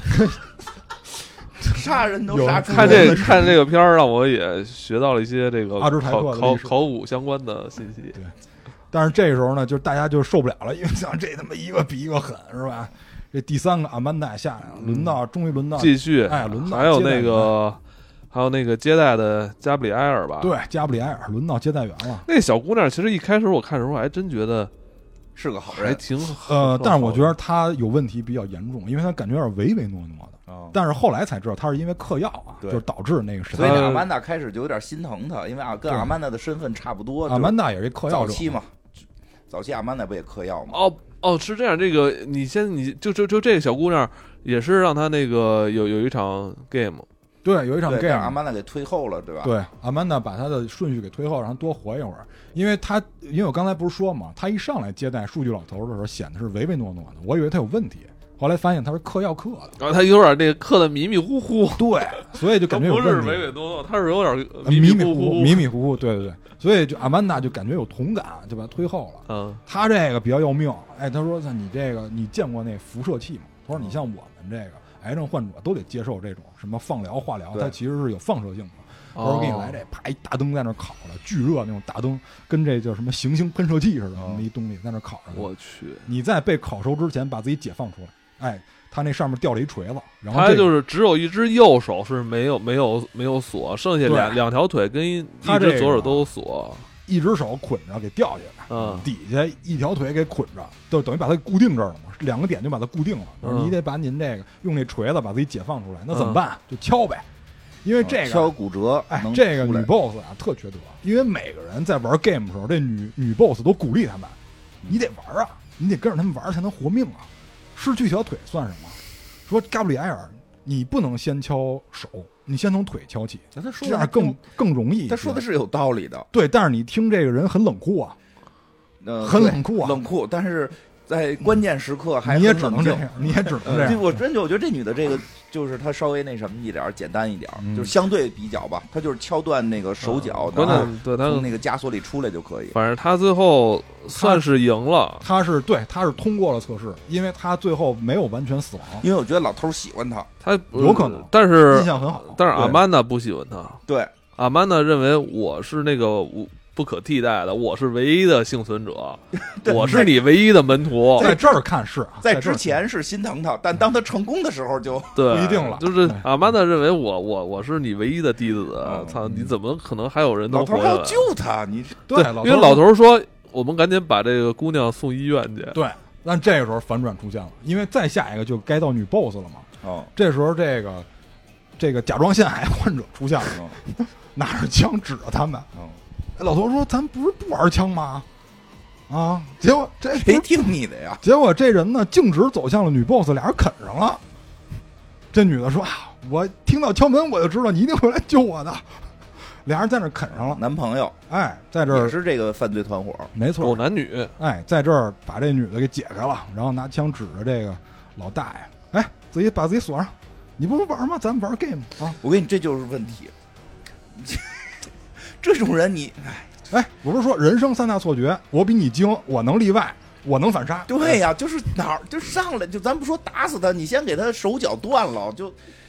杀人都杀出来。 看这个片儿，让我也学到了一些这个阿兹台克考古相关的信息。 对，但是这时候呢，就大家就受不了了，因为像这他妈一个比一个狠，是吧？这第三个阿曼达下来了，终于轮到继续， 轮到还有那个接待的加布里埃尔吧？ 对，加布里埃尔轮到接待员了。 那小姑娘其实一开始我看的时候还真觉得是个好人， 还挺但是我觉得她有问题比较严重，因为她感觉有点唯唯诺诺的。但是后来才知道她是因为嗑药啊，就是导致那个什么。 所以阿曼达开始就有点心疼她，因为跟阿曼达的身份差不多。 阿曼达也是嗑药早期嘛，早期阿曼达不也嗑药吗？ 哦，是这样。这个你就这个小姑娘也是让她那个有一场 game。 对，有一场 game， 阿曼达给推后了，对吧？ 对，阿曼达把他的顺序给推后，让他多活一会儿。因为我刚才不是说嘛，他一上来接待数据老头的时候，显得是唯唯诺诺的，我以为他有问题，后来发现他是嗑药嗑的， 然后他有点那个嗑的迷迷糊糊。 对，所以就感觉有问题。 不是唯唯诺诺，他是有点迷迷糊糊。对，所以就阿曼达就感觉有同感，就把他推后了。他这个比较要命。他说你这个你见过那辐射器吗？他说你像我们这个癌症患者都得接受这种什么放疗、化疗，它其实是有放射性的。他说给你来这，啪一大灯在那烤着，巨热那种大灯，跟这叫什么行星喷射器似的，那么一东西在那烤着。 我去！ 你在被烤熟之前把自己解放出来。他那上面掉了一锤子，然后他就是只有一只右手是没有锁，剩下两条腿跟一只左手都有锁。 一只手捆着给吊下来，底下一条腿给捆着，就等于把它固定这儿了嘛，两个点就把它固定了。你得把您这个用那锤子把自己解放出来，那怎么办？就敲呗，因为这个敲骨折。 这个女 boss 啊特缺德，因为每个人在玩 game 的时候，这女 boss 都鼓励他们，你得玩啊，你得跟着他们玩才能活命啊，失去一条腿算什么？说加布里埃尔，你不能先敲手。你先从腿敲起，这样更容易。 他说的是有道理的， 对。但是你听这个人很冷酷啊，很冷酷啊， 冷酷。但是在关键时刻还你也只能这样，你也只能这样。 我觉得这女的这个就是她稍微那什么一点，简单一点，就是相对比较吧，她就是敲断那个手脚，然后从那个枷锁里出来就可以。 反正她最后算是赢了， 她是通过了测试，因为她最后没有完全死亡。 因为我觉得老头喜欢她， 他有可能， 但是印象很好。 但是阿曼达不喜欢他， 对， 阿曼达认为我是那个不可替代的，我是唯一的幸存者，我是你唯一的门徒。 在这儿看是， 在之前是心疼他，但当他成功的时候就不一定了。 就是阿曼达认为我是你唯一的弟子，操，你怎么可能还有人能活下来？ 老头还要救他，你对， 因为老头说我们赶紧把这个姑娘送医院去。 对，但这个时候反转出现了，因为再下一个就该到女 boss 了嘛。这时候这个甲状腺癌患者出现了，拿着枪指着他们。老头说：“咱不是不玩枪吗？”啊！结果这谁听你的呀？ 结果这人呢，径直走向了女 boss，俩人啃上了。这女的说：“我听到敲门，我就知道你一定会来救我的。”俩人在那啃上了。 男朋友， 在这儿也是这个犯罪团伙， 没错， 狗男女。 在这儿把这女的给解开了，然后拿枪指着这个老大爷，自己把自己锁上。你不玩吗？咱们玩 game 啊！ 我跟你这就是问题。这种人你， 我不是说人生三大错觉，我比你精，我能例外，我能反杀。 对呀，就是哪儿就上来就咱不说打死他，你先给他手脚断了，就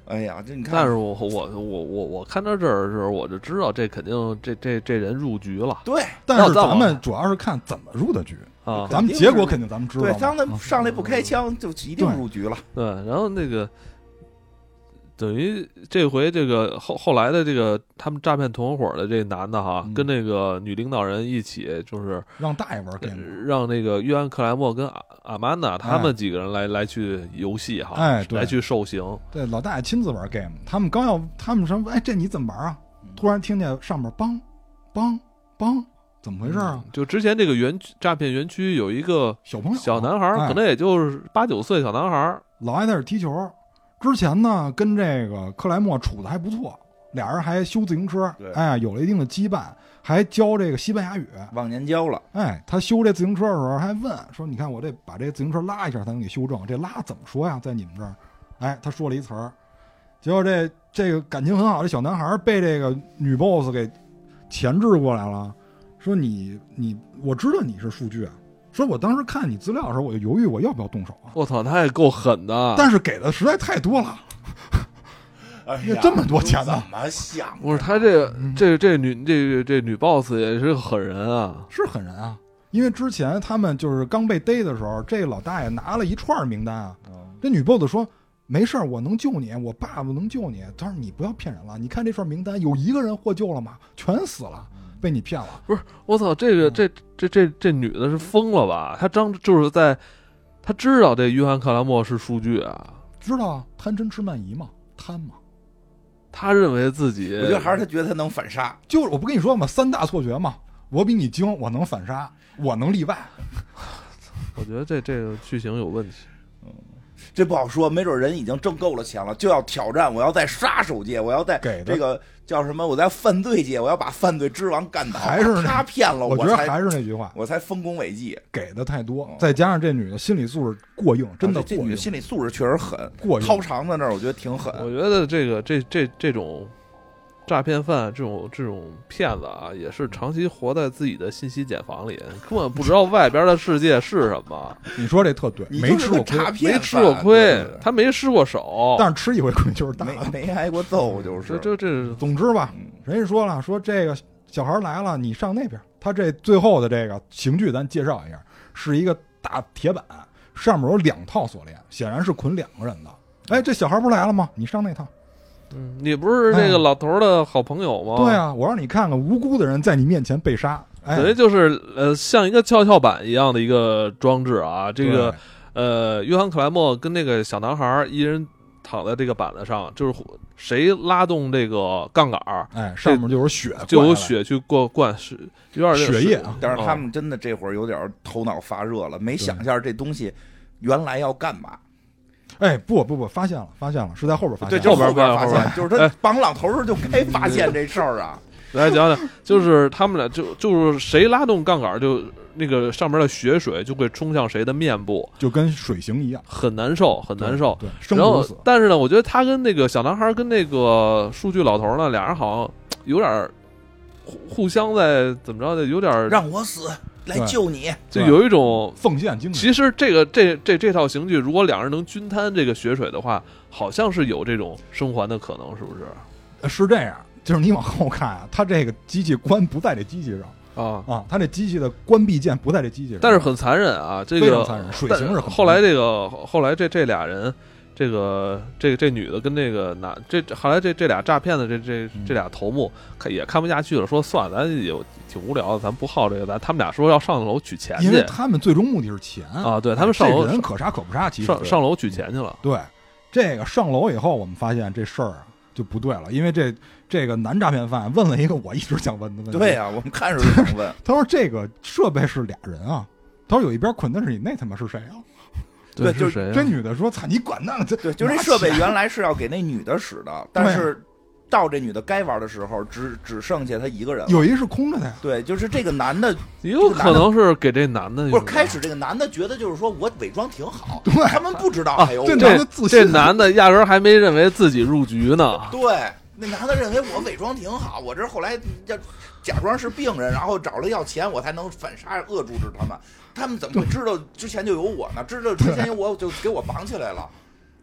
哎呀，这你看， 但是我看到这儿的时候，我就知道这肯定这人入局了。 对， 但是咱们主要是看怎么入的局啊， 咱们结果肯定咱们知道。 对，当他上来不开枪，就一定入局了。 对，然后那个等于这回这个后来的这个他们诈骗团伙的这男的哈，跟那个女领导人一起，就是让大爷玩 game， 让那个约翰克莱默跟阿曼达他们几个人来去游戏哈， 对， 来去受刑。 对，老大爷亲自玩 game， 他们说，哎，这你怎么玩啊？突然听见上面梆梆梆，怎么回事啊？ 就之前这个诈骗园区有一个小男孩，可能也就是8、9岁小男孩， 老爱在这踢球。之前呢，跟这个克莱默处的还不错，俩人还修自行车，哎，有了一定的羁绊，还教这个西班牙语， 忘年交了。 哎，他修这自行车的时候还问说：“你看我把这自行车拉一下才能给修正，这拉怎么说呀？在你们这儿？”哎，他说了一词儿，结果这个感情很好的小男孩被这个女 boss 给钳制过来了，说你我知道你是数据啊。说我当时看你资料的时候，我就犹豫我要不要动手啊！ 我操，他也够狠的， 但是给的实在太多了， 哎呀， 这么多钱呢？ 怎么想？ 不是他这女 boss 也是个狠人啊， 是狠人啊！因为之前他们就是刚被逮的时候，这个老大爷拿了一串名单啊，这女 boss 说没事儿，我能救你，我爸爸能救你。他说你不要骗人了，你看这串名单有一个人获救了吗？全死了。被你骗了。 不是，我操，这女的是疯了吧？她就是她知道这约翰克莱默是数据啊， 知道啊，贪嗔痴慢疑嘛，贪嘛。 她认为自己， 我觉得还是她觉得她能反杀。 就是我不跟你说嘛，3大错觉嘛，我比你精，我能反杀，我能例外。 我觉得这个剧情有问题。 这不好说，没准人已经挣够了钱了，就要挑战，我要在杀手界，我要在这个叫什么，我在犯罪界，我要把犯罪之王干倒。 还是他骗了我觉得还是那句话， 我才丰功伟绩。 给的太多，再加上这女的心理素质过硬，真的过硬。 这女的心理素质确实狠， 过硬。 掏肠子那儿我觉得挺狠。 我觉得这种诈骗犯这种骗子啊，也是长期活在自己的信息茧房里，根本不知道外边的世界是什么。 你说这特对，没吃过亏， 没吃过亏，他没失过手， 但是吃一回亏就是大， 没挨过揍，就是这。 总之吧，人家说了，说这个小孩来了，你上那边。他这最后的这个刑具，咱介绍一下，是一个大铁板，上面有2套锁链，显然是捆2个人的。哎，这小孩不来了吗？你上那套。 你不是这个老头的好朋友吗？ 对啊，我让你看看无辜的人在你面前被杀， 等于就是像一个跷跷板一样的一个装置啊。这个约翰克莱默跟那个小男孩一人躺在这个板子上，就是谁拉动这个杠杆， 上面就有血， 就有血去灌，是有点血液啊。 但是他们真的这会儿有点头脑发热了，没想下这东西原来要干嘛。 哎，不，发现了，是在后边发现， 对，后边发现，就是他绑老头时就该发现这事儿啊。 来讲讲，就是他们俩就是谁拉动杠杆，就那个上面的血水就会冲向谁的面部， 就跟水刑一样， 很难受，很难受。 对， 然后但是呢，我觉得他跟那个小男孩跟那个数据老头呢，俩人好像有点互相在怎么着的，有点让我死。来救你， 就有一种奉献精神。 其实这套刑具，如果2人能均摊这个血水的话，好像是有这种生还的可能，是不是？ 是这样，就是你往后看啊，它这个机器关不在这机器上啊，它这机器的关闭键不在这机器上， 但是很残忍啊，这个非常残忍，水刑是很。 后来这俩人。这女的跟那个后来这俩诈骗的这俩头目也看不下去了，说算了，咱也挺无聊的，咱不好这个，他们俩说要上楼取钱去， 因为他们最终目的是钱啊，对他们上楼人可杀可不杀，其实上楼取钱去了。 对，这个上楼以后，我们发现这事儿就不对了，因为这个男诈骗犯问了一个我一直想问的问题。 对呀，我们看着就想问， 他说这个设备是俩人啊，他说有一边捆的是你，那他妈是谁啊？ 对， 是谁？ 这女的说：“操，你管那个？ 对，就这设备原来是要给那女的使的，但是到这女的该玩的时候，只剩下她一个人了。 有一个是空着的。 对，就是这个男的， 有可能是给这男的。 不是开始这个男的觉得就是说我伪装挺好， 对， 他们不知道还有这男的压根还没认为自己入局呢。 对，那男的认为我伪装挺好，我这后来假装是病人，然后找了要钱，我才能反杀遏制他们。他们怎么会知道之前就有我呢？知道之前有我就给我绑起来了。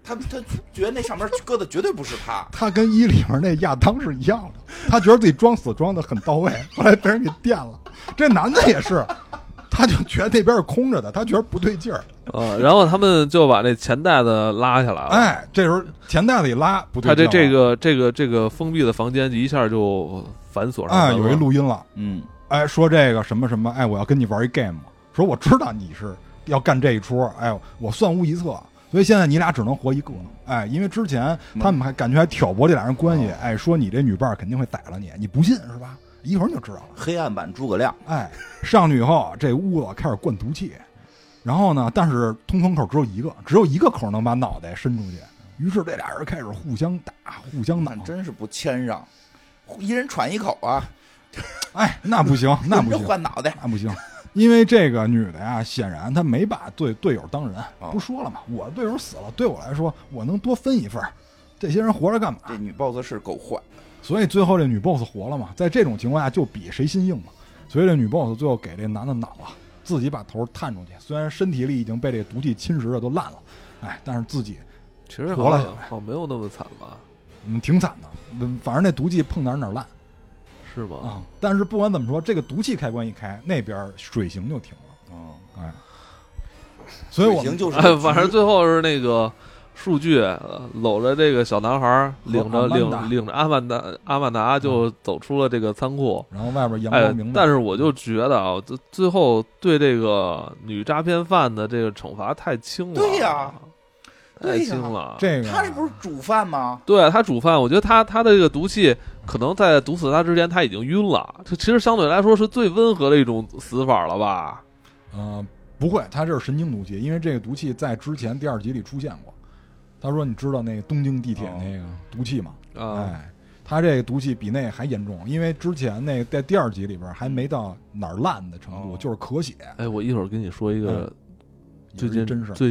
他觉得那上面搁的绝对不是他， 他跟1里面那亚当是一样的，他觉得自己装死装的很到位，后来被人给电了。这男的也是，他就觉得那边是空着的，他觉得不对劲儿。 然后他们就把那钱袋子拉下来了。 哎，这时候钱袋子一拉，不对劲了。他这个封闭的房间一下就反锁上了。 哎，有一录音了。哎，说这个什么什么，哎，我要跟你玩一 game， 说我知道你是要干这一出，哎，我算无一策。所以现在你俩只能活一个，哎，因为之前他们还感觉还挑拨这俩人关系，哎，说你这女伴肯定会宰了你，你不信是吧？一会儿你就知道了。 黑暗版诸葛亮， 哎，上去以后这屋子开始灌毒气，然后呢，但是通风口只有一个口能把脑袋伸出去，于是这俩人开始互相打，互相打， 真是不谦让，一人喘一口啊！ 哎，那不行，那不行， 换脑袋， 那不行。因为这个女的呀，显然她没把队友当人，不说了嘛，我队友死了，对我来说，我能多分一份，这些人活着干嘛？ 这女 boss 是够坏， 所以最后这女 boss 活了嘛，在这种情况下就比谁心硬嘛，所以这女 boss 最后给这男的挠了，自己把头探出去，虽然身体里已经被这毒气侵蚀的都烂了，哎，但是自己其实活了下来， 好没有那么惨吧？ 挺惨的，反正那毒气碰哪儿烂。 是吗？ 啊！但是不管怎么说，这个毒气开关一开，那边水刑就停了。哎，所以我们就是反正最后是那个数据搂着这个小男孩，领着阿曼达就走出了这个仓库， 然后外边阳光明媚。 但是我就觉得啊，最后对这个女诈骗犯的这个惩罚太轻了。 对呀。 太轻了， 这个他是不是主犯吗？ 对，他主犯，我觉得他的这个毒气可能在毒死他之前他已经晕了，这其实相对来说是最温和的一种死法了吧？ 不会，他这是神经毒气，因为这个毒气在之前第2集里出现过。他说你知道那个东京地铁那个毒气吗？哎，他这个毒气比那还严重，因为之前那个在第2集里边还没到哪儿烂的程度，就是咳血。 哎，我一会儿跟你说一个最近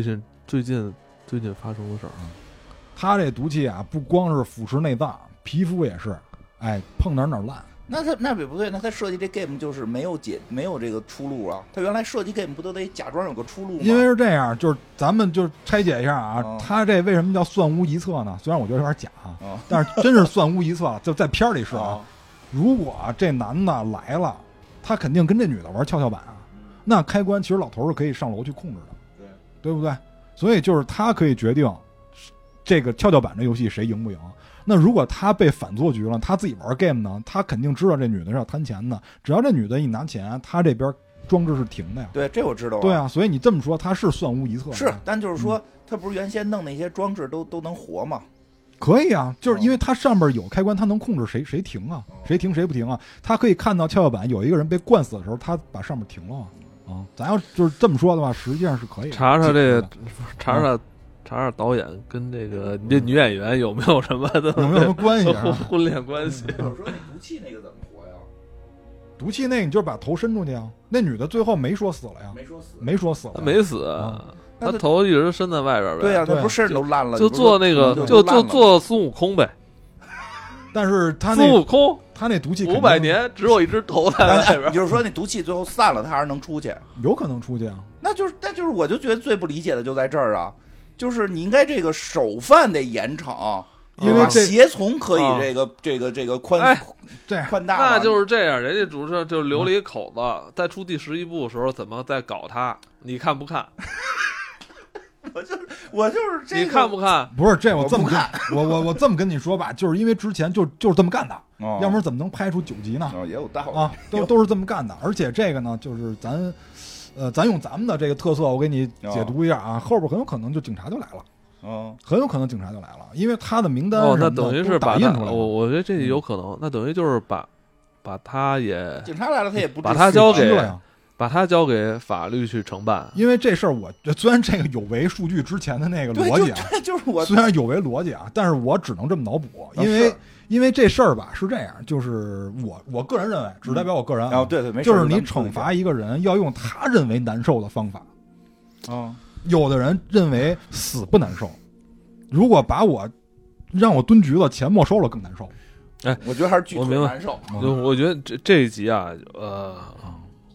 发生的事儿啊， 他这毒气啊，不光是腐蚀内脏，皮肤也是，哎，碰哪儿烂。 那不对，那他设计这 game 就是没有这个出路啊。他原来设计 game 不都得假装有个出路吗？ 因为是这样，就是咱们就拆解一下啊，他这为什么叫算无一策呢？虽然我觉得有点假啊，但是真是算无一策，就在片里是啊。如果这男的来了，他肯定跟这女的玩跷跷板啊，那开关其实老头是可以上楼去控制的，对不对？所以就是他可以决定这个跷跷板这游戏谁赢不赢。那如果他被反做局了，他自己玩 game 呢，他肯定知道这女的是要贪钱的，只要这女的一拿钱，他这边装置是停的呀。 对，这我知道。 对啊，所以你这么说他是算无一策。 是，但就是说他不是原先弄那些装置都能活吗？ 可以啊，就是因为它上边有开关，它能控制谁停啊，谁停谁不停啊。他可以看到跷跷板有一个人被灌死的时候，他把上面停了啊。咱要就是这么说的话，实际上是可以的。 查查导演跟这个你这女演员有没有什么的有没有什么关系？ 婚恋关系？ 我说那毒气那个怎么活呀？ 毒气那个你就是把头伸出去啊。那女的最后没说死了呀？没说死了， 她没死，她头一直伸在外边呗。 对呀，那不是身都烂了， 就做那个就做孙悟空呗。 但是他孙悟空。 他那毒气 500年只有一只头在外边， 你就是说那毒气最后散了，他还是能出去？ 有可能出去啊。 那就是，我就觉得最不理解的就在这儿啊，就是你应该这个首犯得严惩， 因为胁从可以这个宽大， 那就是这样。人家主持人就留了一口子，在出第11部的时候怎么再搞他？你看不看？ 我就是这个， 你看不看？ 不是这我这么看，我这么跟你说吧，就是因为之前就是这么干的，要不然怎么能拍出9集呢？ 也有道理啊，都是这么干的。而且这个呢，就是咱用咱们的这个特色，我给你解读一下啊，后边很有可能就警察就来了，很有可能警察就来了，因为他的名单那等于是打印出来。 我觉得这有可能，那等于就是把他也警察来了，他也不把他交给。把他交给法律去承办， 因为这事儿我虽然这个有违数据之前的那个逻辑啊， 就是我虽然有违逻辑啊，但是我只能这么脑补，因为这事儿吧是这样，就是我个人认为，只代表我个人啊， 对，没事， 就是你惩罚一个人要用他认为难受的方法啊， 有的人认为死不难受，如果让我蹲局子，钱没收了更难受。 哎，我觉得还是巨难受。 我觉得这一集啊，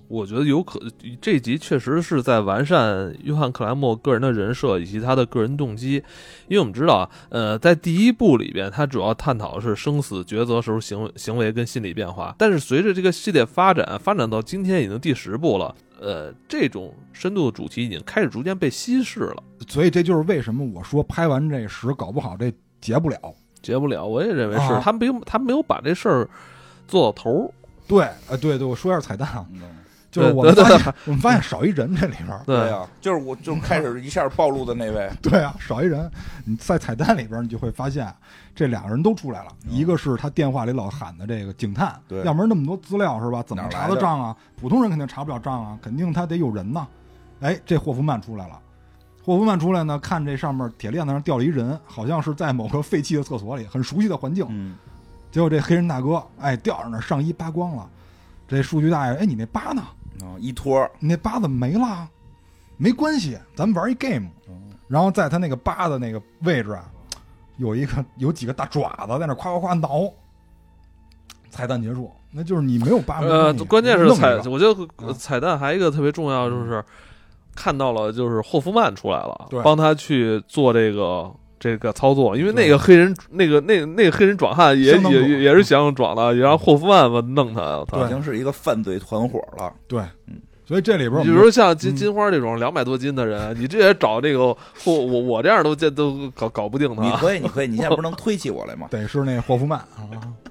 我觉得这集确实是在完善约翰克莱默个人的人设以及他的个人动机，因为我们知道在第一部里边他主要探讨的是生死抉择时候行为跟心理变化，但是随着这个系列发展到今天已经第10部了，这种深度的主题已经开始逐渐被稀释了， 所以这就是为什么我说拍完这10搞不好这结不了， 我也认为是、他没有把这事儿做到头。 对，对，我说一下彩蛋啊。就是我们发现少一人这里边， 对啊，就是我就开始一下暴露的那位， 对啊，少一人。你在彩蛋里边，你就会发现这2个人都出来了，一个是他电话里老喊的这个警探， 对， 要不然那么多资料是吧？怎么查得账啊？普通人肯定查不了账啊，肯定他得有人呐。哎，这霍夫曼出来了，霍夫曼出来呢，看这上面铁链子上吊了一人，好像是在某个废弃的厕所里，很熟悉的环境。结果这黑人大哥，哎，吊着那上衣扒光了。这数据大爷，哎，你那疤呢？ 一拖， 你那疤怎么没了？没关系，咱们玩一 game。然后在他那个疤的那个位置啊，有几个大爪子在那夸夸夸挠。彩蛋结束，那就是你没有疤。 关键是我觉得彩蛋还有一个特别重要，就是看到了，就是霍夫曼出来了，帮他去做这个操作，因为那个黑人那个黑人壮汉也是想壮的，也让霍夫曼弄他， 已经是一个犯罪团伙了。 对，所以这里边比如说像金花这种200多斤的人，你这也找这个我这样都搞不定他。 你可以，你现在不是能推起我来吗？ 得是那霍夫曼啊。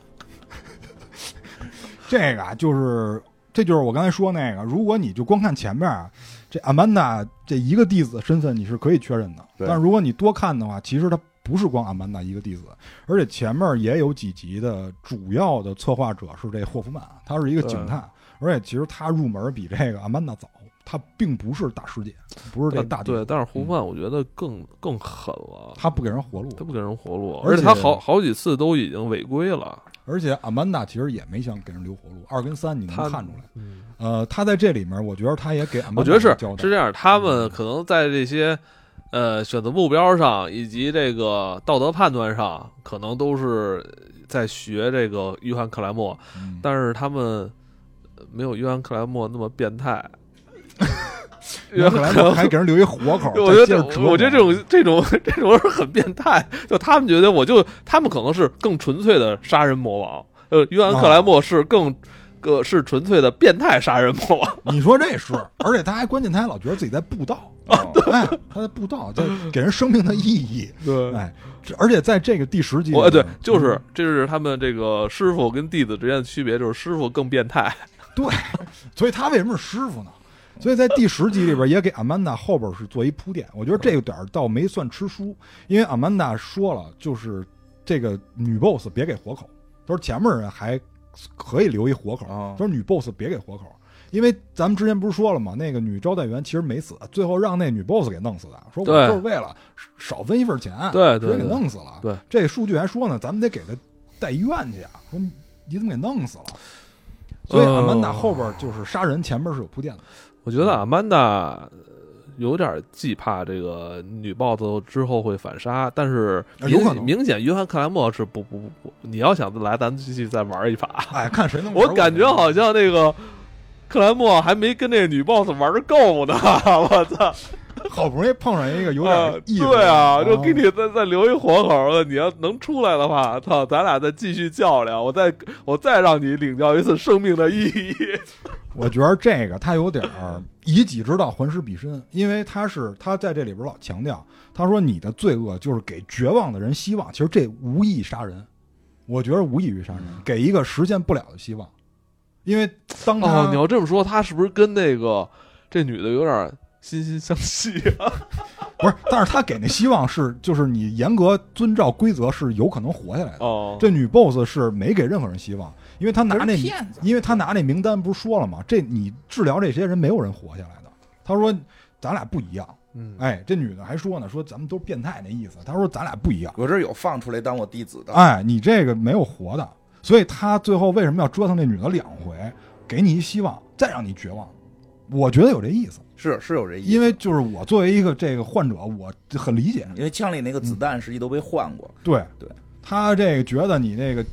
这个啊，这就是我刚才说那个，如果你就光看前面啊，这阿曼达这一个弟子的身份你是可以确认的，但是如果你多看的话，其实他不是光阿曼达一个弟子，而且前面也有几集的主要的策划者是这霍夫曼，他是一个警探，而且其实他入门比这个阿曼达早，他并不是大师姐，不是这大弟子。 对，但是霍夫曼我觉得更狠了， 他不给人活路， 而且他好几次都已经违规了。 而且阿曼达其实也没想给人留活路，2跟3你能看出来。他在这里面，我觉得他也给阿曼达我觉得是这样，他们可能在这些选择目标上以及这个道德判断上，可能都是在学这个约翰克莱默，但是他们没有约翰克莱默那么变态。 约翰克莱默还给人留一活口， 我觉得这种是很变态。就他们觉得，他们可能是更纯粹的杀人魔王，约翰克莱默是是纯粹的变态杀人魔王。 你说这是，而且他还关键，他还老觉得自己在布道哎，他在布道，在给人生命的意义。 对， 哎，而且在这个第10集， 对，这是他们这个师傅跟弟子之间的区别，就是师傅更变态。 对，所以他为什么是师傅呢？所以在第10集里边也给阿曼达后边是做一铺垫，我觉得这个点倒没算吃书，因为阿曼达说了，就是这个女 boss 别给活口，他说前面人还可以留一活口，他说女 boss 别给活口，因为咱们之前不是说了吗？那个女招待员其实没死，最后让那女 boss 给弄死的，说我就是为了少分一份钱， 对， 直接给弄死了。 对， 这个数据还说呢，咱们得给他带医院去啊，说你怎么给弄死了？所以阿曼达后边就是杀人，前边是有铺垫的。 我觉得阿曼达有点忌怕这个女 boss 之后会反杀，但是明显约翰克莱默是不，你要想来，咱继续再玩一把。 哎，看谁能玩。 我感觉好像那个克莱默还没跟那个女 boss 玩的够呢，我操！ 好不容易碰上一个有点意思， 对啊，就给你再留一活口了。你要能出来的话，操，咱俩再继续较量，我再让你领教一次生命的意义。 我觉得这个他有点以己之道还施彼身，因为他在这里边老强调，他说你的罪恶就是给绝望的人希望，其实这无异杀人，我觉得无异于杀人，给一个实现不了的希望。因为当他你要这么说，他是不是跟那个这女的有点惺惺相惜啊？ 不是，但是他给那希望就是你严格遵照规则是有可能活下来的。这女 boss 是没给任何人希望，因为他拿那名单不是说了吗？这你治疗这些人没有人活下来的。他说咱俩不一样。哎，这女的还说呢，说咱们都是变态那意思。他说咱俩不一样， 我这有放出来当我弟子的。 哎，你这个没有活的，所以他最后为什么要折腾那女的2回，给你一希望，再让你绝望？我觉得有这意思。 是有这意思， 因为就是我作为一个这个患者，我很理解， 因为枪里那个子弹实际都被换过。 对，他这个觉得你那个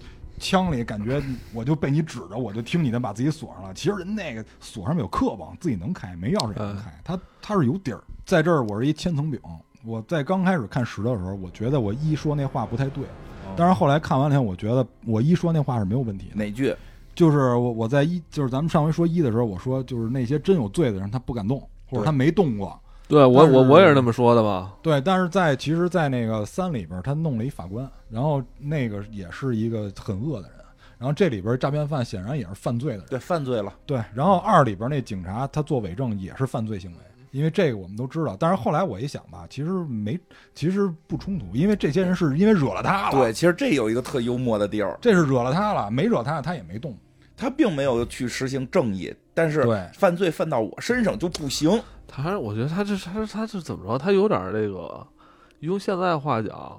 枪里，感觉我就被你指着，我就听你的，把自己锁上了。其实人那个锁上面有刻网，自己能开，没钥匙也能开。他是有底儿。在这儿我是一千层饼。我在刚开始看10的时候，我觉得我一说那话不太对，但是后来看完了以后，我觉得我一说那话是没有问题的。 哪句？ 就是我在就是咱们上回说1的时候，我说就是那些真有罪的人，他不敢动，或者他没动过。 对，我也是那么说的嘛。 对，但是其实，在那个3里边，他弄了一法官，然后那个也是一个很恶的人，然后这里边诈骗犯显然也是犯罪的人， 对，犯罪了。 对，然后2里边那警察他做伪证也是犯罪行为，因为这个我们都知道。但是后来我一想吧，其实不冲突，因为这些人是因为惹了他了。 对，其实这有一个特幽默的地儿， 这是惹了他了，没惹他也没动。 他并没有去实行正义，但是犯罪犯到我身上就不行。 我觉得他是怎么着？他有点这个，用现在话讲，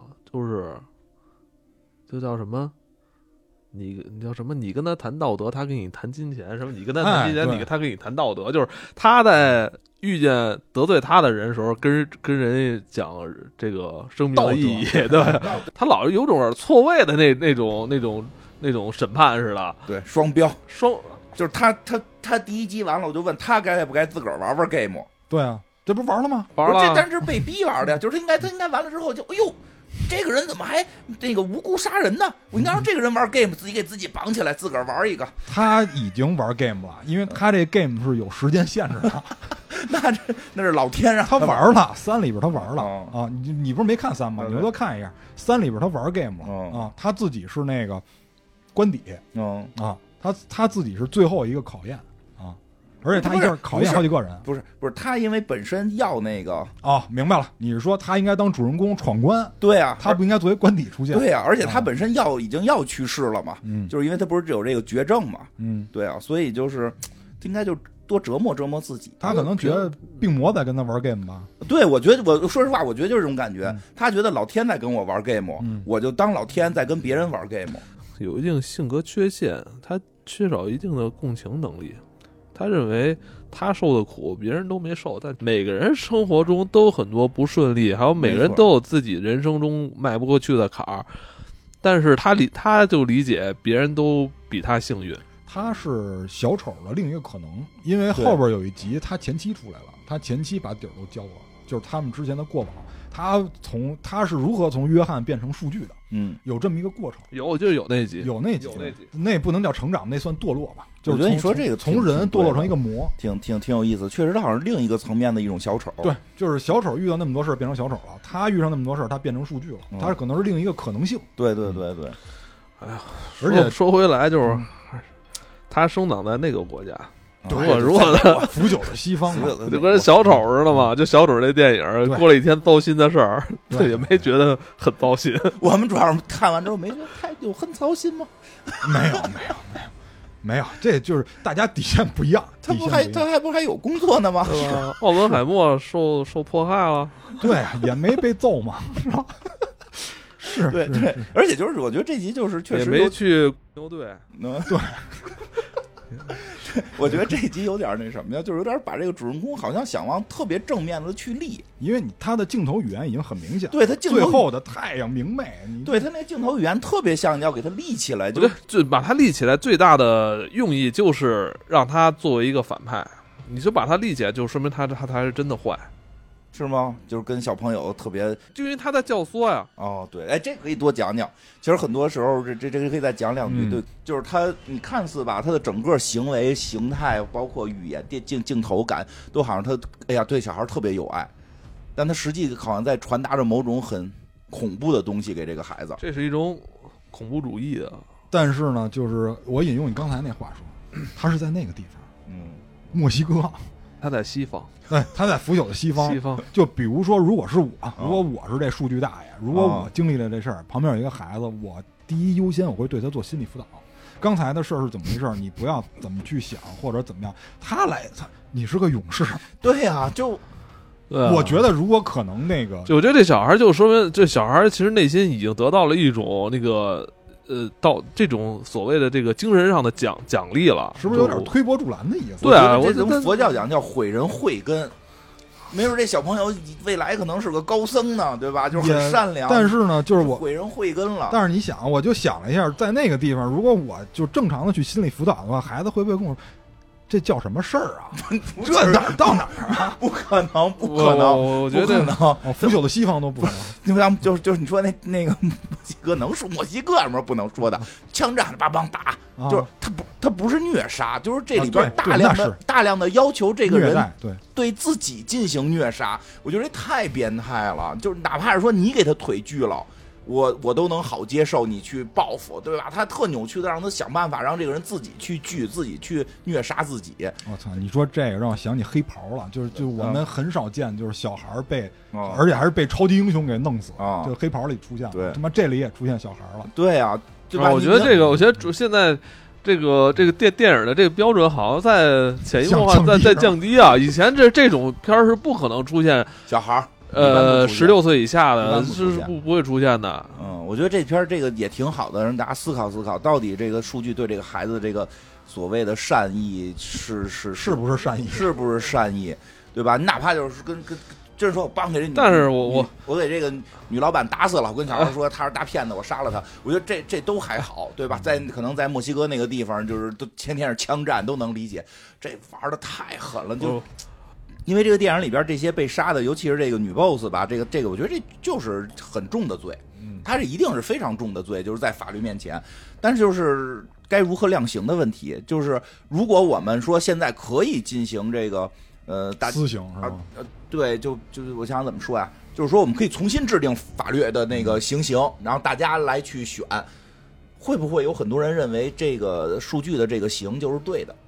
就叫什么？你叫什么？你跟他谈道德，他跟你谈金钱；什么？你跟他谈金钱，他跟你谈道德。就是他在遇见得罪他的人的时候，跟人家讲这个生命的意义。对，他老是有种错位的那种审判似的。 对，双标。就是他第一集完了，我就问他该不该自个儿玩 game。 对啊，这不玩了吗？ 玩了， 这但是被逼玩的呀。就是他应该完了之后就，哎呦，这个人怎么还那个无辜杀人呢？我应该让这个人玩 game， 自己给自己绑起来，自个儿玩一个。 他已经玩 game 了，因为他这 game 是有时间限制的。 那是老天让他玩了，3里边他玩了啊！你不是没看3吗？你回头看一下，3里边他玩 game 了啊！他自己是那个官邸啊，他自己是最后一个考验。而且他一下考验好几个人， 不是他，因为本身要那个明白了，你是说他应该当主人公闯关？ 对啊， 他不应该作为官邸出现。 对啊，而且他本身已经要去世了嘛，就是因为他不是有这个绝症嘛，对啊，所以就是应该就多折磨折磨自己。 他可能觉得病魔在跟他玩 game 吧？ 对，我觉得我说实话，我觉得就是这种感觉。他觉得老天在跟我玩 game，我就当老天在跟别人玩 game。 有一定性格缺陷，他缺少一定的共情能力。他认为他受的苦别人都没受，但每个人生活中都很多不顺利，还有每个人都有自己人生中迈不过去的坎儿，但是他就理解别人都比他幸运。 他是小丑的另一个可能，因为后边有一集他前妻出来了，他前妻把底儿都交了，就是他们之前的过往，他是如何从约翰变成数据的，有这么一个过程。 就是有那集， 那不能叫成长，那算堕落吧。就是我觉得你说这个从人堕落成一个魔， 挺有意思。确实，他好像是另一个层面的一种小丑。 对，就是小丑遇到那么多事变成小丑了，他遇上那么多事他变成数据了，他可能是另一个可能性。 对。 哎呀， 而且说回来就是，他生长在那个国家。如果腐朽的西方， 就跟小丑似的嘛，就小丑这电影过了一天糟心的事儿，也没觉得很糟心。 我们主要是看完之后没觉得太有很糟心吗？ 没有，这就是大家底线不一样。他还有工作呢吗？ 奥本海默受迫害了， 对，也没被揍嘛，是吧？是， 对，而且就是我觉得这集就是确实也没去牛队， 对。 我觉得这一集有点那什么呀，就是有点把这个主人公好像想往特别正面的去立， 因为他的镜头语言已经很明显， 对他镜头最后的太阳明媚， 对他那镜头语言特别像你要给他立起来， 就把他立起来，最大的用意就是让他作为一个反派，你就把他立起来，就说明他是真的坏。 是吗？就是跟小朋友特别， 就因为他在教唆呀。 哦，对，哎，这可以多讲讲。其实很多时候，这个可以再讲两句。对，就是他，你看似吧，他的整个行为形态，包括语言、镜头感，都好像他，哎呀，对小孩特别有爱，但他实际好像在传达着某种很恐怖的东西给这个孩子。 这是一种恐怖主义的。 但是呢，就是我引用你刚才那话说，他是在那个地方，墨西哥。 他在西方， 对，他在腐朽的西方。就比如说，如果是我，如果我是这数据大爷，如果我经历了这事儿，旁边有一个孩子，我第一优先我会对他做心理辅导。刚才的事儿是怎么回事？你不要怎么去想，或者怎么样。你是个勇士。 对呀， 我觉得如果可能，那个， 我觉得这小孩就说明这小孩其实内心已经得到了一种那个。到这种所谓的这个精神上的奖励了， 是不是有点推波助澜的意思？ 对啊， 我从佛教讲叫毁人慧根， 没准这小朋友未来可能是个高僧呢，对吧？就是很善良。 但是呢，就是我毁人慧根了。 但是你想，我就想了一下，在那个地方，如果我就正常的去心理辅导的话，孩子会不会跟我说？这叫什么事儿啊？这哪儿到哪儿啊？ 不可能，不可能！ 我觉得腐朽的西方都不可能。 就像就是你说那个墨西哥能说墨西哥什么不能说的，枪战叭叭打，就是他不是虐杀，就是这里边大量的要求这个人对自己进行虐杀，我觉得这太变态了。就是哪怕是说你给他腿锯了。我都能好接受你去报复，对吧？他特扭曲的让他想办法让这个人自己去锯，自己去虐杀自己。 我操！你说这个让我想起黑袍了，就我们很少见，就是小孩被，而且还是被超级英雄给弄死，就黑袍里出现了。 对， 他妈这里也出现小孩了。 对啊，对吧？ 我觉得这个，我觉得现在这个电影的这个标准好像在潜移默化在降低啊。以前这种片儿是不可能出现小孩。 16岁以下的是不会出现的。 我觉得这片这个也挺好的，让大家思考思考，到底这个数据对这个孩子这个所谓的善意是不是善意， 是不是善意，对吧？你哪怕就是跟就是说我帮给人， 但是我给这个女老板打死了，我跟小孩说他是大骗子，我杀了他，我觉得这都还好，对吧？可能在墨西哥那个地方，就是都天天是枪战，都能理解。这玩的太狠了，就。因为这个电影里边这些被杀的，尤其是这个女 boss 吧，这个我觉得这就是很重的罪，他这一定是非常重的罪，就是在法律面前。但是就是该如何量刑的问题，就是如果我们说现在可以进行这个私刑是吧？ 对，就是我想怎么说呀？就是说我们可以重新制定法律的那个刑，然后大家来去选，会不会有很多人认为这个数据的这个刑就是对的？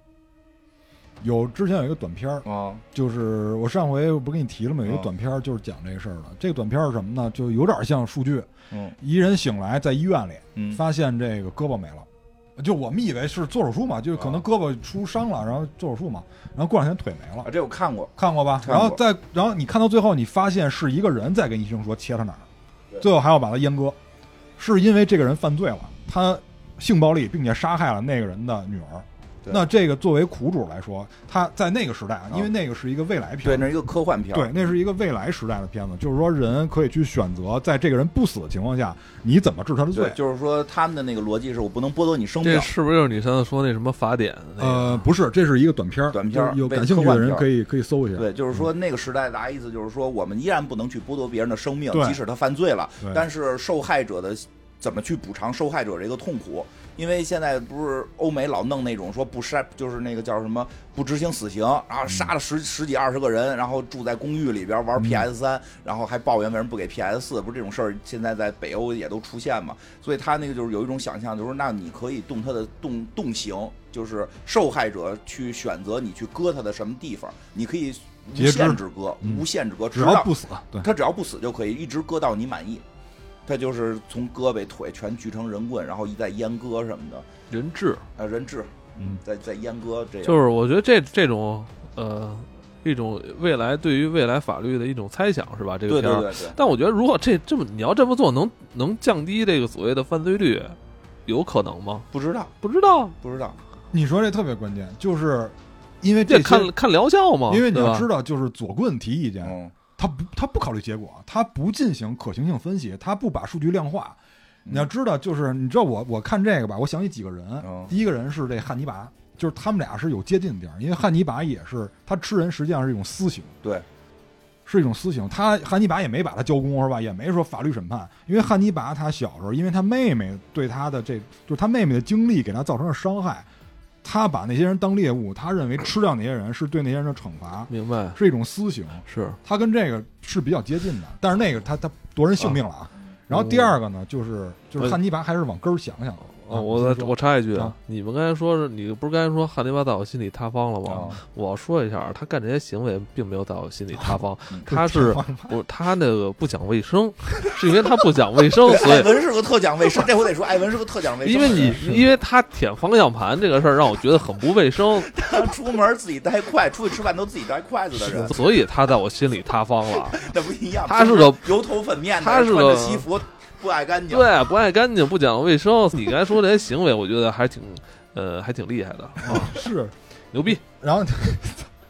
之前有一个短片就是我上回不跟你提了吗？有一个短片就是讲这个事儿的。这个短片是什么呢？就有点像数据。一人醒来在医院里，发现这个胳膊没了。就我们以为是做手术嘛，就是可能胳膊出伤了，然后做手术嘛。然后过两天腿没了。 这我看过吧？然后你看到最后，你发现是一个人在跟医生说切他哪儿，最后还要把他阉割，是因为这个人犯罪了，他性暴力并且杀害了那个人的女儿。那这个作为苦主来说，他在那个时代啊，因为那个是一个未来片， 对，那是一个科幻片， 对，那是一个未来时代的片子，就是说人可以去选择，在这个人不死的情况下，你怎么治他的罪？ 就是说他们的那个逻辑是我不能剥夺你生命。 这是不是就是你上次说那什么法典？ 不是，这是一个短片，有感兴趣的人可以搜一下。 对，就是说那个时代的意思就是说，我们依然不能去剥夺别人的生命，即使他犯罪了，但是受害者的怎么去补偿受害者这个痛苦？因为现在不是欧美老弄那种说不杀，就是那个叫什么不执行死刑，然后杀了十几20个人，然后住在公寓里边玩 PS3，然后还抱怨为什么不给 PS4，不是这种事儿，现在在北欧也都出现嘛。所以他那个就是有一种想象，就是那你可以动他的动刑，就是受害者去选择你去割他的什么地方，你可以无限制割，无限制割， 只要不死，对， 他只要不死就可以一直割到你满意。他就是从胳膊腿全锯成人棍，然后再阉割什么的， 人质人质，再阉割这样。 就是我觉得这种一种未来对于未来法律的一种猜想是吧？这个片儿， 对。 但我觉得如果这么你要这么做，能降低这个所谓的犯罪率，有可能吗？ 不知道。 你说这特别关键，就是因为这看疗效嘛， 因为你要知道，就是左棍提意见。他不考虑结果，他不进行可行性分析，他不把数据量化。你要知道，就是你知道我看这个吧，我想起几个人。第一个人是这汉尼拔，就是他们俩是有接近的地儿，因为汉尼拔也是他吃人，实际上是一种私刑， 对， 是一种私刑。汉尼拔也没把他交公是吧？也没说法律审判，因为汉尼拔他小时候，因为他妹妹对他的就是他妹妹的经历给他造成了伤害。他把那些人当猎物，他认为吃掉那些人是对那些人的惩罚， 明白？ 是一种私刑， 是他跟这个是比较接近的，但是那个他夺人性命了啊。然后第二个呢，就是汉尼拔还是往根儿想想。 我插一句啊，你们刚才说你不是刚才说汉尼拔在我心里塌方了吗？我要说一下，他干这些行为并没有在我心里塌方，他那个不讲卫生，是因为他不讲卫生，所以艾文是个特讲卫生，这回得说艾文是个特讲卫生， 因为他舔方向盘这个事儿让我觉得很不卫生， 他出门自己带筷，出去吃饭都自己带筷子的人， 所以他在我心里塌方了。 那不一样， 他是个油头粉面的， 他是个西服。不爱干净， 对，不爱干净，不讲卫生。你刚才说这些行为，我觉得还挺厉害的啊， 是牛逼。 然后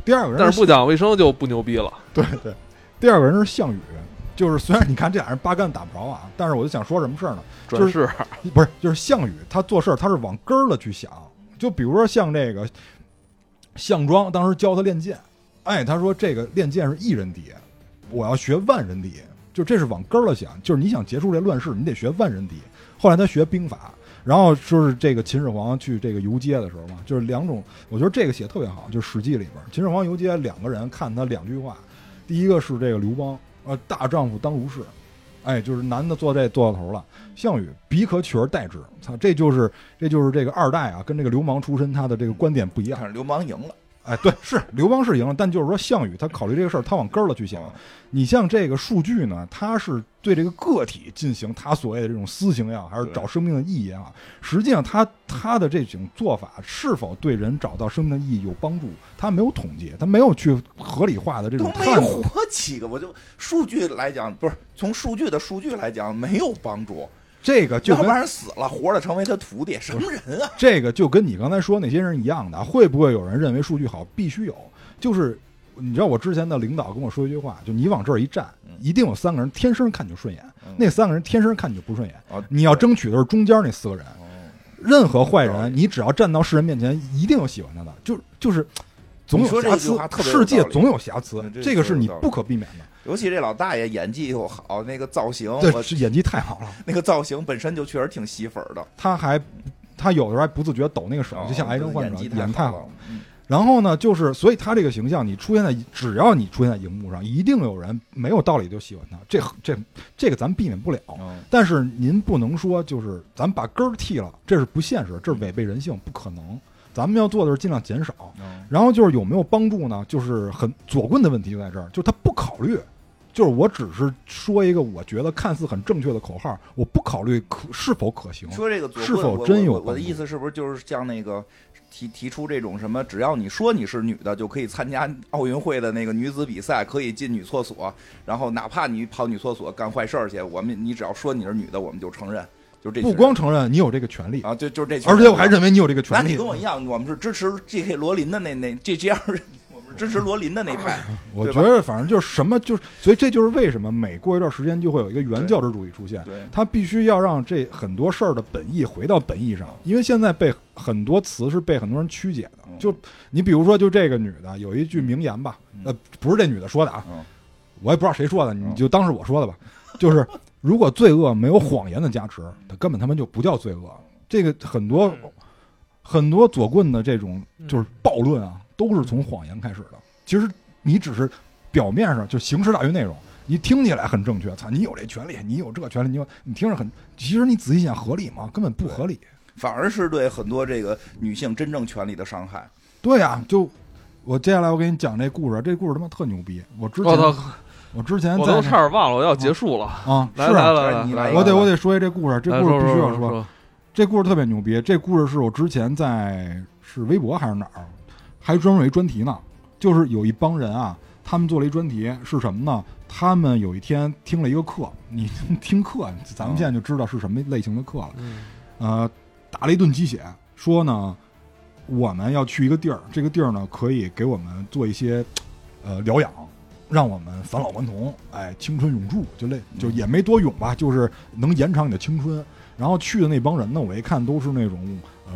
第二个人但是不讲卫生就不牛逼了。 对对，第二个人是项羽，就是虽然你看这俩人八竿打不着啊，但是我就想说什么事儿呢？ 转世不是，就是项羽他做事他是往根儿了去想，就比如说像这个项庄当时教他练剑，哎，他说这个练剑是一人敌，我要学万人敌，就这是往根儿了想，就是你想结束这乱世，你得学万人敌。后来他学兵法。然后说是这个秦始皇去这个游街的时候嘛，就是两种，我觉得这个写特别好，就是《史记》里边，秦始皇游街两个人看他两句话，第一个是这个刘邦，大丈夫当如是，哎，就是男的做到头了。项羽彼可取而代之，操，这就是这个二代啊，跟这个流氓出身他的这个观点不一样。 但是流氓赢了。 哎，对，是刘邦是赢了，但就是说项羽他考虑这个事儿，他往根儿了去想。你像这个数据呢，他是对这个个体进行他所谓的这种私刑也好，还是找生命的意义也好，实际上他的这种做法是否对人找到生命的意义有帮助，他没有统计，他没有去合理化的这种都没活几个，我就数据来讲，不是从数据来讲没有帮助。 这个就要不然死了，活着成为他徒弟，什么人啊？ 这个就跟你刚才说那些人一样的，会不会有人认为数据好？必须有。就是你知道，我之前的领导跟我说一句话，就你往这儿一站，一定有3个人天生看你就顺眼，那3个人天生看你就不顺眼。你要争取的是中间那4个人。任何坏人，你只要站到世人面前，一定有喜欢他的，就是总有瑕疵，世界总有瑕疵，这个是你不可避免的。 尤其这老大爷演技又好，那个造型， 对，是演技太好了。 那个造型本身就确实挺吸粉的。 他有的时候还不自觉抖那个手，就像癌症患者，演太好了。然后呢，就是所以他这个形象，只要你出现在荧幕上，一定有人没有道理就喜欢他。这个咱避免不了。但是您不能说就是咱把根儿剃了，这是不现实，这是违背人性，不可能。咱们要做的是尽量减少。然后就是有没有帮助呢？就是左棍的问题就在这儿，就是他不考虑。就是我只是说一个我觉得看似很正确的口号，我不考虑是否可行。 说这个左是否真有我的意思是不是就是像那个提出这种什么，只要你说你是女的就可以参加奥运会的那个女子比赛，可以进女厕所，然后哪怕你跑女厕所干坏事去，你只要说你是女的，我们就承认。就这不光承认你有这个权利啊，就是这， 而且我还认为你有这个权利。 那你跟我一样，我们是支持 J.K. 罗琳的那 GGR， 我们是支持罗琳的那派。 我觉得反正就是什么所以这就是为什么每过一段时间就会有一个原教旨主义出现。 对， 他必须要让这很多事儿的本意回到本意上，因为现在被很多词是被很多人曲解的。就你比如说，就这个女的有一句名言吧，不是这女的说的啊，我也不知道谁说的，你就当是我说的吧，就是。如果罪恶没有谎言的加持，它根本他们就不叫罪恶。这个很多左棍的这种就是暴论啊，都是从谎言开始的。其实你只是表面上就形式大于内容，你听起来很正确，操，你有这权利，你有这个权利，你听着很，其实你仔细想合理吗？根本不合理， 反而是对很多这个女性真正权利的伤害。 对呀，就我接下来我给你讲这故事，这故事他妈特牛逼。我之前我都差点忘了我要结束了啊！ 来， 我得说一这故事，这故事必须要说。这故事特别牛逼，这故事是我之前是微博还是哪儿，还专门有一专题呢。就是有一帮人啊，他们做了一专题，是什么呢？他们有一天听了一个课，你听课，咱们现在就知道是什么类型的课了。打了一顿鸡血，说呢，我们要去一个地儿，这个地儿呢可以给我们做一些疗养。让我们返老还童，哎，青春永驻，就也没多永吧，就是能延长你的青春。然后去的那帮人呢，我一看都是那种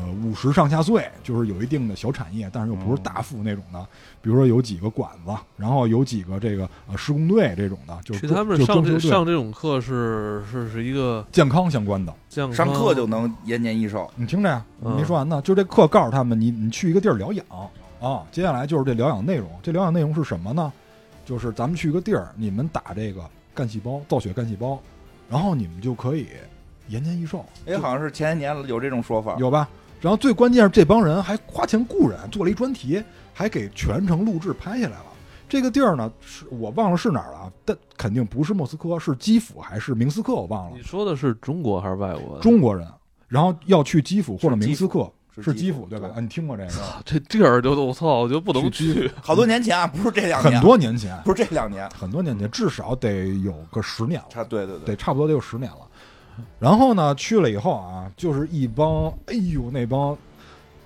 50上下岁，就是有一定的小产业，但是又不是大富那种的。比如说有几个馆子，然后有几个这个施工队这种的，就是他们上这种课是一个健康相关的， 上课就能延年益寿。 你听着呀，没说完呢，就这课告诉他们，你去一个地儿疗养啊，接下来就是这疗养内容。这疗养内容是什么呢？就是咱们去一个地儿，你们打这个干细胞，造血干细胞，然后你们就可以延年益寿。 好像是前些年有这种说法， 有吧？然后最关键是这帮人还花钱雇人做了一专题，还给全程录制拍下来了。这个地儿呢，我忘了是哪儿了，但肯定不是莫斯科，是基辅还是明斯克，我忘了。 你说的是中国还是外国的？ 中国人，然后要去基辅或者明斯克。是基辅对吧？你听过这个？ 这地儿我操，我就不能去。 好多年前啊，不是这2年， 很多年前， 不是这2年， 很多年前，至少得有个10年了。 对， 得差不多得有10年了。然后呢，去了以后啊，就是一帮，哎呦，那帮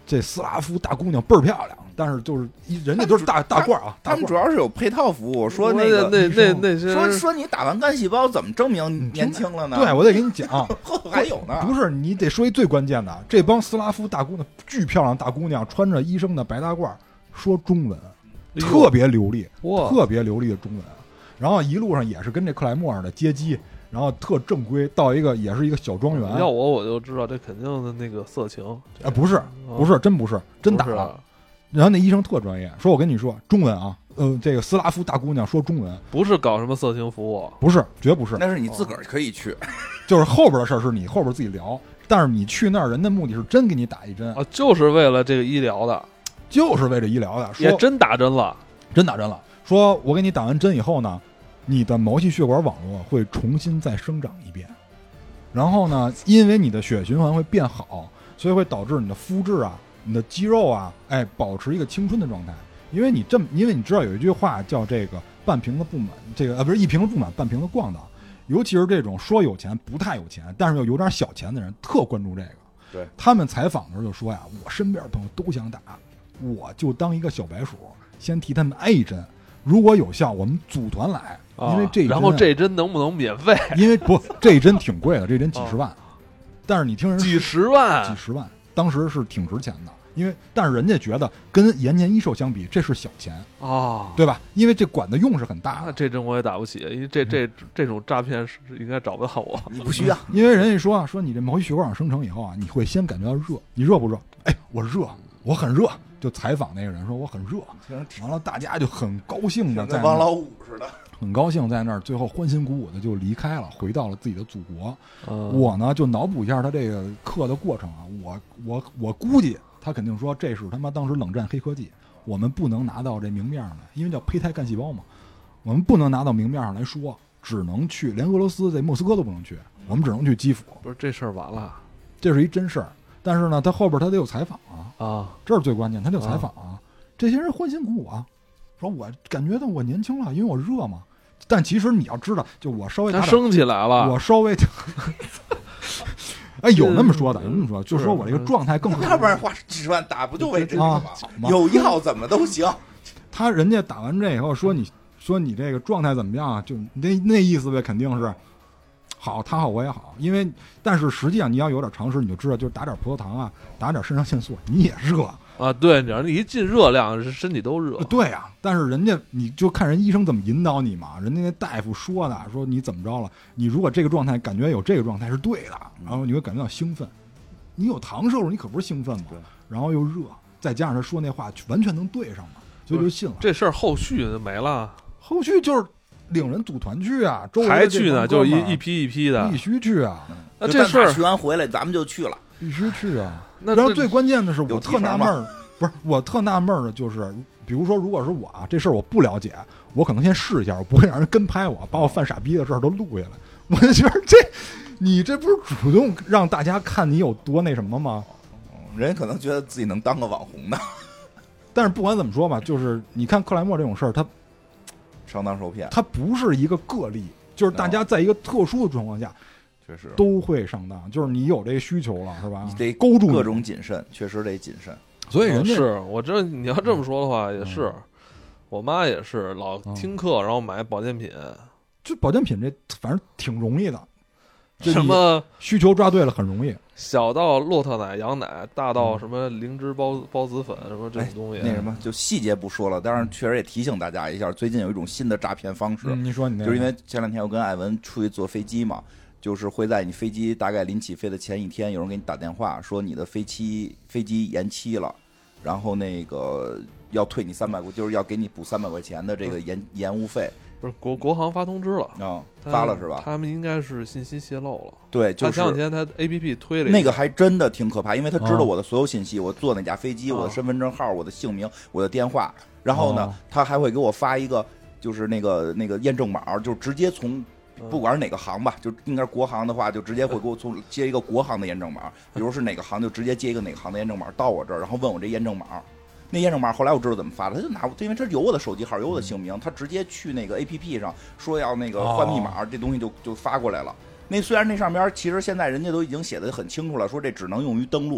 这斯拉夫大姑娘倍儿漂亮，但是就是人家都是大褂啊， 他们主要是有配套服务。说那些说你打完干细胞怎么证明年轻了呢？ 对，我得给你讲， 后头还有呢。 不是，你得说一最关键的，这帮斯拉夫大姑娘巨漂亮，大姑娘穿着医生的白大褂，说中文，特别流利，特别流利的中文。然后一路上也是跟这克莱默似的接机。然后特正规，到一个也是一个小庄园。 要我就知道这肯定的那个色情不是，真不是，真打了。然后那医生特专业，说我跟你说中文啊，这个斯拉夫大姑娘说中文， 不是搞什么色情服务， 不是，绝不是。 那是你自个儿可以去， 就是后边的事儿是你后边自己聊，但是你去那儿人的目的是真给你打一针啊，就是为了这个医疗的， 就是为了医疗的， 也真打针了， 真打针了。说我给你打完针以后呢。你的毛细血管网络会重新再生长一遍，然后呢，因为你的血液循环会变好，所以会导致你的肤质啊、你的肌肉啊，保持一个青春的状态。因为你知道有一句话叫这个半瓶子不满，这个不是一瓶子不满半瓶子咣当。尤其是这种说有钱不太有钱，但是又有点小钱的人，特关注这个。 对， 他们采访的时候就说呀，我身边的朋友都想打，我就当一个小白鼠，先替他们挨一针。如果有效，我们组团来，因为这一针， 然后这针能不能免费？ 因为这一针挺贵的，这一针几十万，但是你听人几十万， 当时是挺值钱的，但是人家觉得跟延年益寿相比，这是小钱对吧？因为这管的用是很大的。 那这针我也打不起，因为这种诈骗是应该找不到我。 你不需要， 因为人家说你这毛细血管生成以后啊，你会先感觉到热，你热不热？我热，我很热。就采访那个人说我很热，完了大家就很高兴的在跟王老五似的， 很高兴在那儿，最后欢欣鼓舞的就离开了，回到了自己的祖国。我呢就脑补一下他这个课的过程啊，我估计他肯定说这是他妈当时冷战黑科技，我们不能拿到这明面上来，因为叫胚胎干细胞嘛，我们不能拿到明面上来说，只能去连俄罗斯在莫斯科都不能去，我们只能去基辅。 不是这事儿完了， 这是一真事儿。但是呢，他后边他得有采访啊， 这是最关键，他得有采访啊。这些人欢欣鼓舞啊，说我感觉到我年轻了，因为我热嘛。但其实你要知道，就我稍微他升起来了， 我稍微有那么说的，有那么说，就说我这个状态更好。 要不然花几十万打不就为这个吗？有药怎么都行。 人家打完这以后说你这个状态怎么样啊？就那意思呗，肯定是。好，他好我也好，但是实际上你要有点常识，你就知道，就是打点葡萄糖啊，打点肾上腺素，你也热啊。对，你一进热量，身体都热。 对啊，但是人家你就看人医生怎么引导你嘛，人家那大夫说的，说你怎么着了，你如果这个状态感觉有这个状态是对的，然后你会感觉到兴奋，你有糖摄入，你可不是兴奋吗？然后又热，再加上他说那话完全能对上嘛，所以就信了。 这事儿后续就没了， 后续就是领人组团去啊，周围还去呢，就一批一批的， 必须去啊。 那这事儿去完回来，咱们就去了， 必须去啊。然后最关键的是，我特纳闷儿，不是我特纳闷儿的就是，比如说，如果是我啊，这事儿我不了解，我可能先试一下，我不会让人跟拍我，把我犯傻逼的事儿都录下来。我就觉得你这不是主动让大家看你有多那什么吗？ 人可能觉得自己能当个网红呢。 但是不管怎么说吧，就是你看克莱默这种事儿，他上当受骗， 它不是一个个例，就是大家在一个特殊的状况下， 确实都会上当。就是你有这需求了，是吧？ 你得勾住各种谨慎，确实得谨慎。 所以人家是我这你要这么说的话，也是，我妈也是老听课，然后买保健品。 就保健品这反正挺容易的， 什么需求抓对了很容易。 小到骆驼奶、羊奶，大到什么灵芝孢子粉什么这种东西。 那什么，就细节不说了，当然确实也提醒大家一下，最近有一种新的诈骗方式。 你说你那， 就是因为前两天我跟艾文出去坐飞机嘛，就是会在你飞机大概临起飞的前一天，有人给你打电话说你的飞机延期了，然后那个要退你300，就是要给你补300块钱的这个延误费。 不是国航发通知了发了是吧？ 他们应该是信息泄露了。 对，就是前两天他 APP 推了那个，还真的挺可怕，因为他知道我的所有信息，我坐哪架飞机，我的身份证号，我的姓名，我的电话，然后呢，他还会给我发一个，就是那个验证码，就直接从不管是哪个航吧，就应该是国航的话，就直接会给我接一个国航的验证码，比如是哪个航就直接接一个哪个航的验证码到我这儿，然后问我这验证码。那验证码后来我知道怎么发的，他就拿，因为他有我的手机号，有我的姓名，他直接去那个 APP 上说要那个换密码，这东西就发过来了。那虽然那上边其实现在人家都已经写的很清楚了，说这只能用于登录，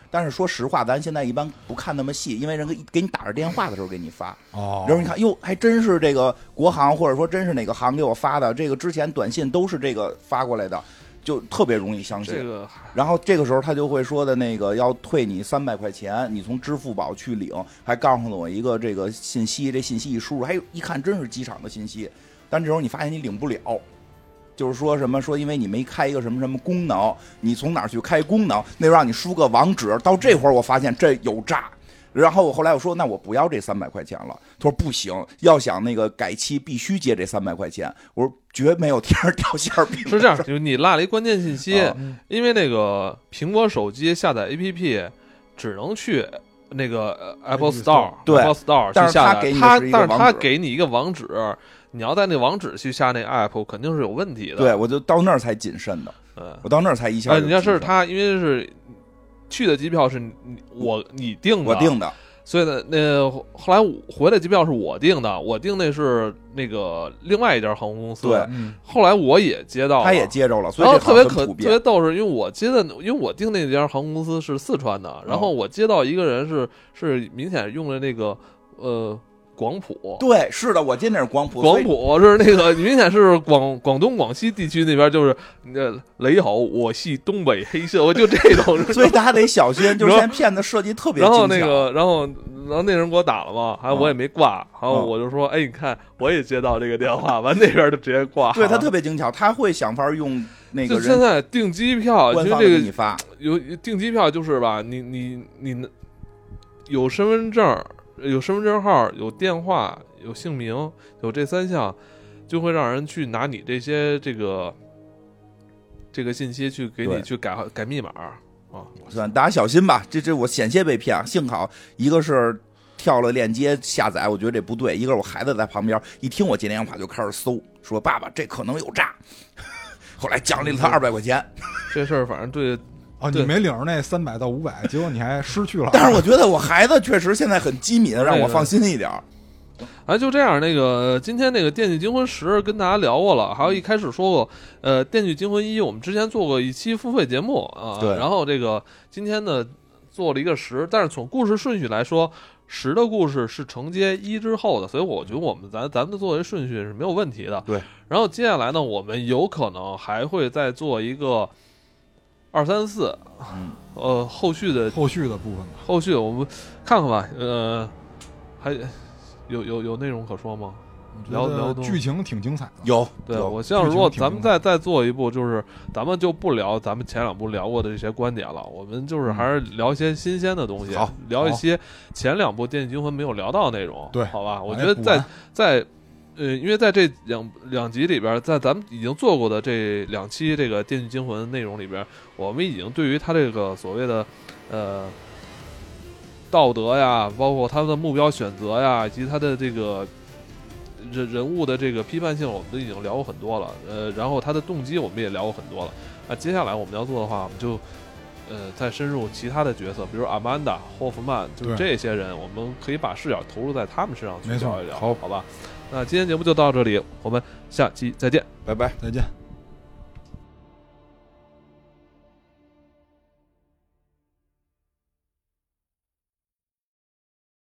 但是说实话，咱现在一般不看那么细，因为人给你打着电话的时候给你发。 哦， 然后你看，哟，还真是这个国航，或者说真是哪个航给我发的，这个之前短信都是这个发过来的，就特别容易相信。然后这个时候他就会说的那个要退你300块钱，你从支付宝去领，还告诉我一个这个信息，这信息一输入，还一看真是机场的信息，但这时候你发现你领不了。就是说什么说，因为你没开一个什么什么功能，你从哪儿去开功能？那时候让你输个网址，到这会儿我发现这有诈。然后后来我说，那我不要这300块钱了。他说不行，要想那个改期必须结这300块钱。我说绝没有天上掉馅饼。 是这样，就是你落了一关键信息，因为那个苹果手机下载 APP 只能去那个Apple Store， 对 Apple Store 去下载，但是他给你一个网址。你要在那网址去下那 app， 肯定是有问题的。 对，我就到那儿才谨慎的。我到那儿才一下。 你要是他，因为是去的机票是你订的， 我订的， 所以呢，那后来回来机票是我订的，我订那是那个另外一家航空公司。 对， 后来我也接到了， 他也接着了，所以然后特别逗是，因为我订那家航空公司是四川的，然后我接到一个人是明显用的那个广普。 对，是的，我接那是广普。 广普是那个明显是广东广西地区那边，就是雷好，我系东北黑社，我就这种， 所以大家得小心。就是现在骗子设计特别精巧。 然后那人给我打了嘛，还有我也没挂，然后我就说，哎，你看我也接到这个电话，完那边就直接挂。 对，他特别精巧，他会想法用那个人。 就现在订机票， 官方给你发有订机票就是吧，你有身份证。有身份证号，有电话，有姓名，有这3项，就会让人去拿你这些这个信息去给你去改密码啊！ 算大家小心吧，这我险些被骗，幸好一个是跳了链接下载，我觉得这不对；一个是我孩子在旁边一听我接电话就开始搜，说爸爸这可能有诈，后来奖励了他200块钱。 这事儿反正对。 你没领着那300到500，结果你还失去了。 但是我觉得我孩子确实现在很机敏，让我放心一点。 就这样，那个今天那个《电锯惊魂10》跟大家聊过了，还有一开始说过，《电锯惊魂1》我们之前做过一期付费节目啊， 对。 然后这个今天呢做了一个10，但是从故事顺序来说，10的故事是承接1之后的，所以我觉得咱们的作为顺序是没有问题的。 对。 然后接下来呢，我们有可能还会再做一个。2、3、4，后续的部分， 后续我们看看吧。还有内容可说吗？聊剧情挺精彩的。 有， 对，我希望如果咱们再做一部，就是咱们就不聊咱们前2部聊过的这些观点了，我们就是还是聊一些新鲜的东西，聊一些前2部《电锯惊魂》没有聊到的内容。 对， 好吧，我觉得在。因为在这两集里边，在咱们已经做过的这2期这个《电锯惊魂》内容里边，我们已经对于他这个所谓的道德呀，包括他的目标选择呀，以及他的这个人物的这个批判性，我们都已经聊过很多了。然后他的动机我们也聊过很多了。那接下来我们要做的话，我们就再深入其他的角色，比如阿曼达、霍夫曼，就这些人，我们可以把视角投入在他们身上去聊一聊，好吧？那今天节目就到这里，我们下期再见， 拜拜， 再见。